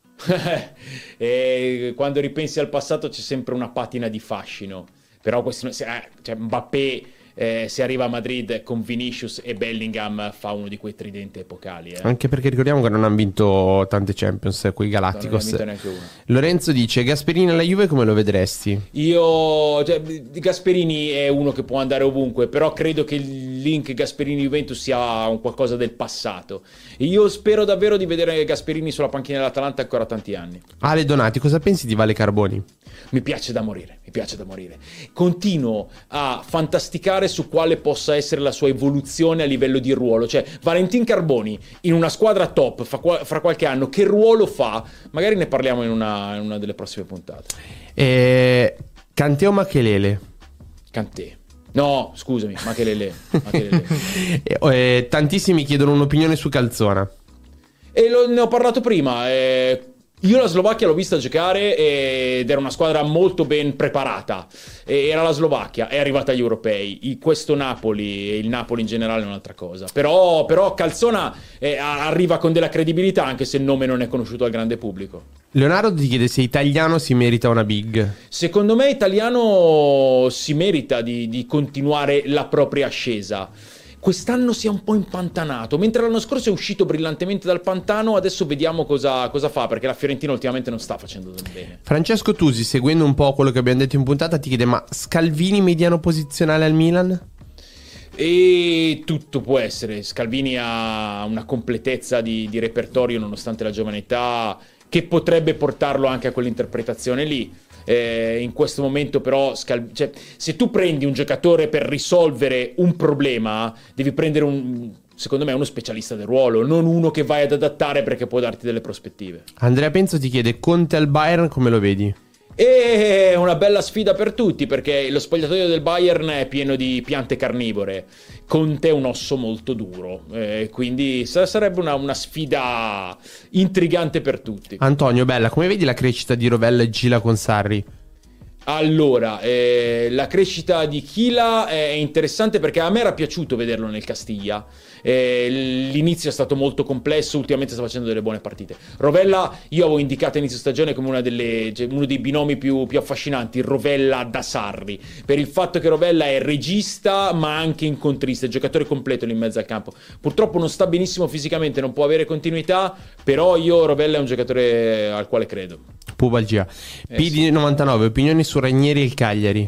E quando ripensi al passato c'è sempre una patina di fascino. Però questo, se- eh, cioè Mbappé, eh, se arriva a Madrid con Vinicius e Bellingham, fa uno di quei tridenti epocali. Eh. Anche perché ricordiamo che non hanno vinto tante Champions quei Non ne ha Galacticos. vinto neanche uno. Lorenzo dice: Gasperini alla Juve come lo vedresti? Io, cioè, Gasperini è uno che può andare ovunque, però credo che il link Gasperini-Juventus sia un qualcosa del passato. Io spero davvero di vedere Gasperini sulla panchina dell'Atalanta ancora tanti anni. Ale Donati, cosa pensi di Vale Carboni? Mi piace da morire, mi piace da morire. Continuo a fantasticare su quale possa essere la sua evoluzione a livello di ruolo. Cioè, Valentin Carboni in una squadra top fa qua- fra qualche anno, che ruolo fa? Magari ne parliamo in una, in una delle prossime puntate. Eh, Kanté o Makelele? Kanté. No, scusami, Makelele. Makelele. Eh, eh, tantissimi chiedono un'opinione su Calzona. E lo- ne ho parlato prima. eh, io la Slovacchia l'ho vista giocare ed era una squadra molto ben preparata. E era la Slovacchia, è arrivata agli europei. I- questo Napoli e il Napoli in generale è un'altra cosa. Però, però Calzona eh, a- arriva con della credibilità, anche se il nome non è conosciuto al grande pubblico. Leonardo ti chiede se Italiano si merita una big. Secondo me Italiano si merita di, di continuare la propria ascesa. Quest'anno si è un po' impantanato, mentre l'anno scorso è uscito brillantemente dal pantano, adesso vediamo cosa, cosa fa, perché la Fiorentina ultimamente non sta facendo bene. Francesco Tusi, seguendo un po' quello che abbiamo detto in puntata, ti chiede: ma Scalvini mediano posizionale al Milan? E tutto può essere. Scalvini ha una completezza di, di repertorio nonostante la giovane età, che potrebbe portarlo anche a quell'interpretazione lì. Eh, in questo momento però Scal- cioè, se tu prendi un giocatore per risolvere un problema, devi prendere un, secondo me, uno specialista del ruolo, non uno che vai ad adattare perché può darti delle prospettive. Andrea Penzo ti chiede: Conte al Bayern come lo vedi? E una bella sfida per tutti, perché lo spogliatoio del Bayern è pieno di piante carnivore. Conte è un osso molto duro, eh, quindi sa- sarebbe una, una sfida intrigante per tutti. Antonio Bella, come vedi la crescita di Rovella e Gila con Sarri? Allora, eh, la crescita di Chila è interessante perché a me era piaciuto vederlo nel Castiglia. Eh, l'inizio è stato molto complesso, ultimamente sta facendo delle buone partite. Rovella io avevo indicato a inizio stagione come una delle, cioè, uno dei binomi più, più affascinanti, Rovella da Sarri, per il fatto che Rovella è regista ma anche incontrista, è giocatore completo lì in mezzo al campo. Purtroppo non sta benissimo fisicamente, non può avere continuità, però io Rovella è un giocatore al quale credo. Pubalgia. Eh, P D novantanove, opinioni su Ranieri e il Cagliari?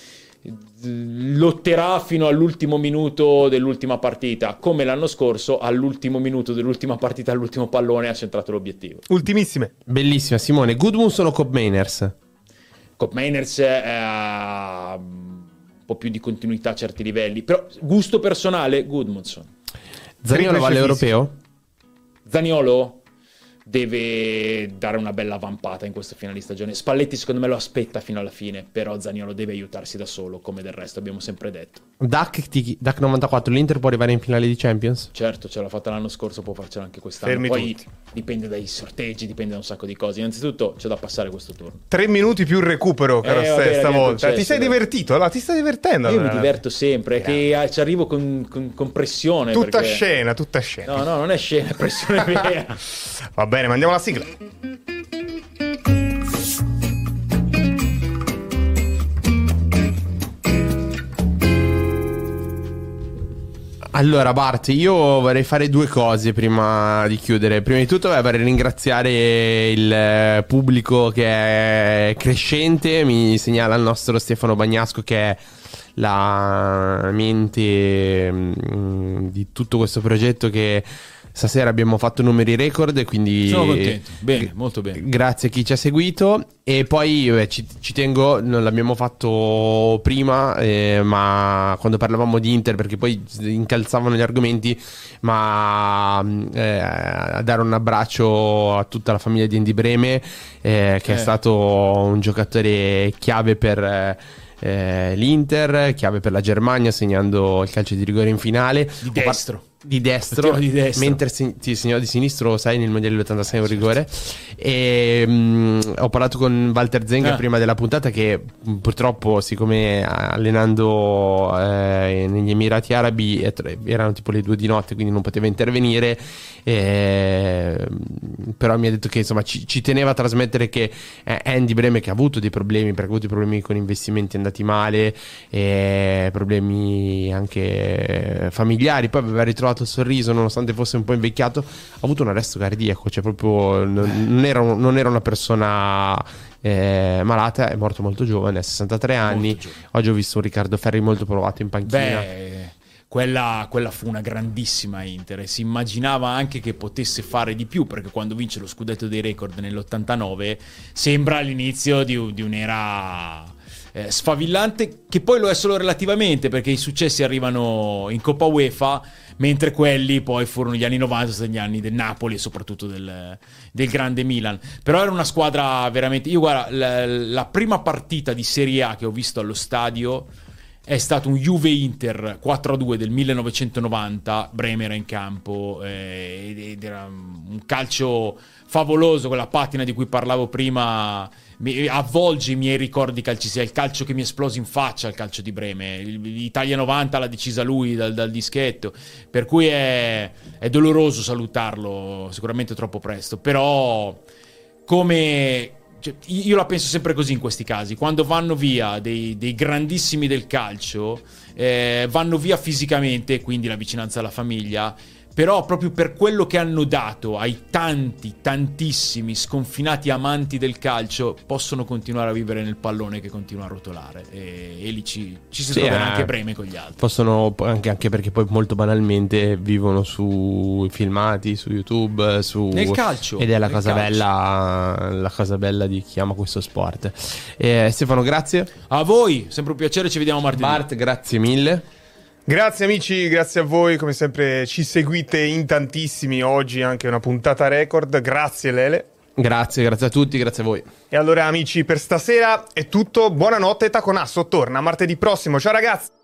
Lotterà fino all'ultimo minuto dell'ultima partita, come l'anno scorso all'ultimo minuto dell'ultima partita, all'ultimo pallone ha centrato l'obiettivo. Ultimissime. Bellissima. Simone, Gudmundsson o Cobb Mainers? Cop Mainers ha un po' più di continuità a certi livelli, però gusto personale Gudmundsson. Zaniolo va Triplice all'europeo? Zaniolo deve dare una bella vampata in questo finale di stagione. Spalletti secondo me lo aspetta fino alla fine, però Zaniolo deve aiutarsi da solo, come del resto abbiamo sempre detto. Duck, ti- Duck novantaquattro, l'Inter può arrivare in finale di Champions? Certo, ce l'ha fatta l'anno scorso, può farcela anche quest'anno. Fermi Poi tutti. dipende dai sorteggi, dipende da un sacco di cose. Innanzitutto c'è da passare questo turno. Tre minuti più recupero, caro Eh, Ste, vabbè, niente stavolta. successo, Ti sei dai. divertito? Allora, ti stai divertendo? Io mi allora? diverto sempre, è che ah, ci arrivo con, con, con pressione. Tutta perché... scena, tutta scena. No, no, non è scena, è pressione vera. Va bene, mandiamo la sigla. Allora Bart, io vorrei fare due cose prima di chiudere. Prima di tutto vorrei ringraziare il pubblico che è crescente. Mi segnala il nostro Stefano Bagnasco, che è la mente mh, di tutto questo progetto, che stasera abbiamo fatto numeri record e quindi sono contento. Bene, molto bene. Grazie a chi ci ha seguito. E poi beh, ci, ci tengo, non l'abbiamo fatto prima, eh, ma quando parlavamo di Inter, perché poi incalzavano gli argomenti, ma eh, a dare un abbraccio a tutta la famiglia di Andy Breme, eh, che eh. è stato un giocatore chiave per eh, l'Inter, chiave per la Germania, segnando il calcio di rigore in finale. Di destro. Di destro, di destro, mentre si, ti segnò di sinistro, sai, nel mondiale dell'ottantasei un rigore. E mh, ho parlato con Walter Zenga ah. prima della puntata, che mh, purtroppo, siccome allenando eh, negli Emirati Arabi eh, erano tipo le due di notte, quindi non poteva intervenire. Eh, però mi ha detto che insomma ci, ci teneva a trasmettere che eh, Andy Breme, che ha avuto dei problemi, perché ha avuto problemi con investimenti andati male, eh, problemi anche familiari, poi aveva ritrovato il sorriso nonostante fosse un po' invecchiato, ha avuto un arresto cardiaco, cioè proprio non, non, era, non era una persona eh, malata, è morto molto giovane, a sessantatré anni. Oggi ho visto un Riccardo Ferri molto provato in panchina. Beh, quella, quella fu una grandissima Inter e si immaginava anche che potesse fare di più, perché quando vince lo scudetto dei record nell'ottantanove sembra l'inizio di, di un'era Eh, sfavillante, che poi lo è solo relativamente, perché i successi arrivano in Coppa UEFA, mentre quelli poi furono gli anni novanta, sono gli anni del Napoli e soprattutto del, del grande Milan. Però era una squadra veramente... Io guarda, la, la prima partita di Serie A che ho visto allo stadio è stato un Juve-Inter quattro a due del millenovecentonovanta. Bremer era in campo eh, ed era un calcio favoloso, quella patina di cui parlavo prima mi avvolge i miei ricordi calcistici. È il calcio che mi è esploso in faccia, il calcio di Breme. L'Italia novanta l'ha decisa lui dal, dal dischetto, per cui è, è doloroso salutarlo, sicuramente troppo presto, però come... Cioè, io la penso sempre così in questi casi: quando vanno via dei, dei grandissimi del calcio, eh, vanno via fisicamente, quindi la vicinanza alla famiglia, però proprio per quello che hanno dato ai tanti, tantissimi sconfinati amanti del calcio, possono continuare a vivere nel pallone che continua a rotolare, e, e lì ci, ci si sì, trova eh, anche Breme con gli altri. Possono anche, anche perché poi molto banalmente vivono sui filmati, su YouTube, su... nel calcio, ed è la nel cosa calcio. bella, la cosa bella di chi ama questo sport. eh, Stefano, grazie a voi, sempre un piacere, ci vediamo martedì. Bart, grazie mille. Grazie amici, grazie a voi, come sempre ci seguite in tantissimi, oggi anche una puntata record. Grazie Lele. Grazie, grazie a tutti, grazie a voi. E allora amici, per stasera è tutto, buonanotte, Taconasso torna martedì prossimo, ciao ragazzi.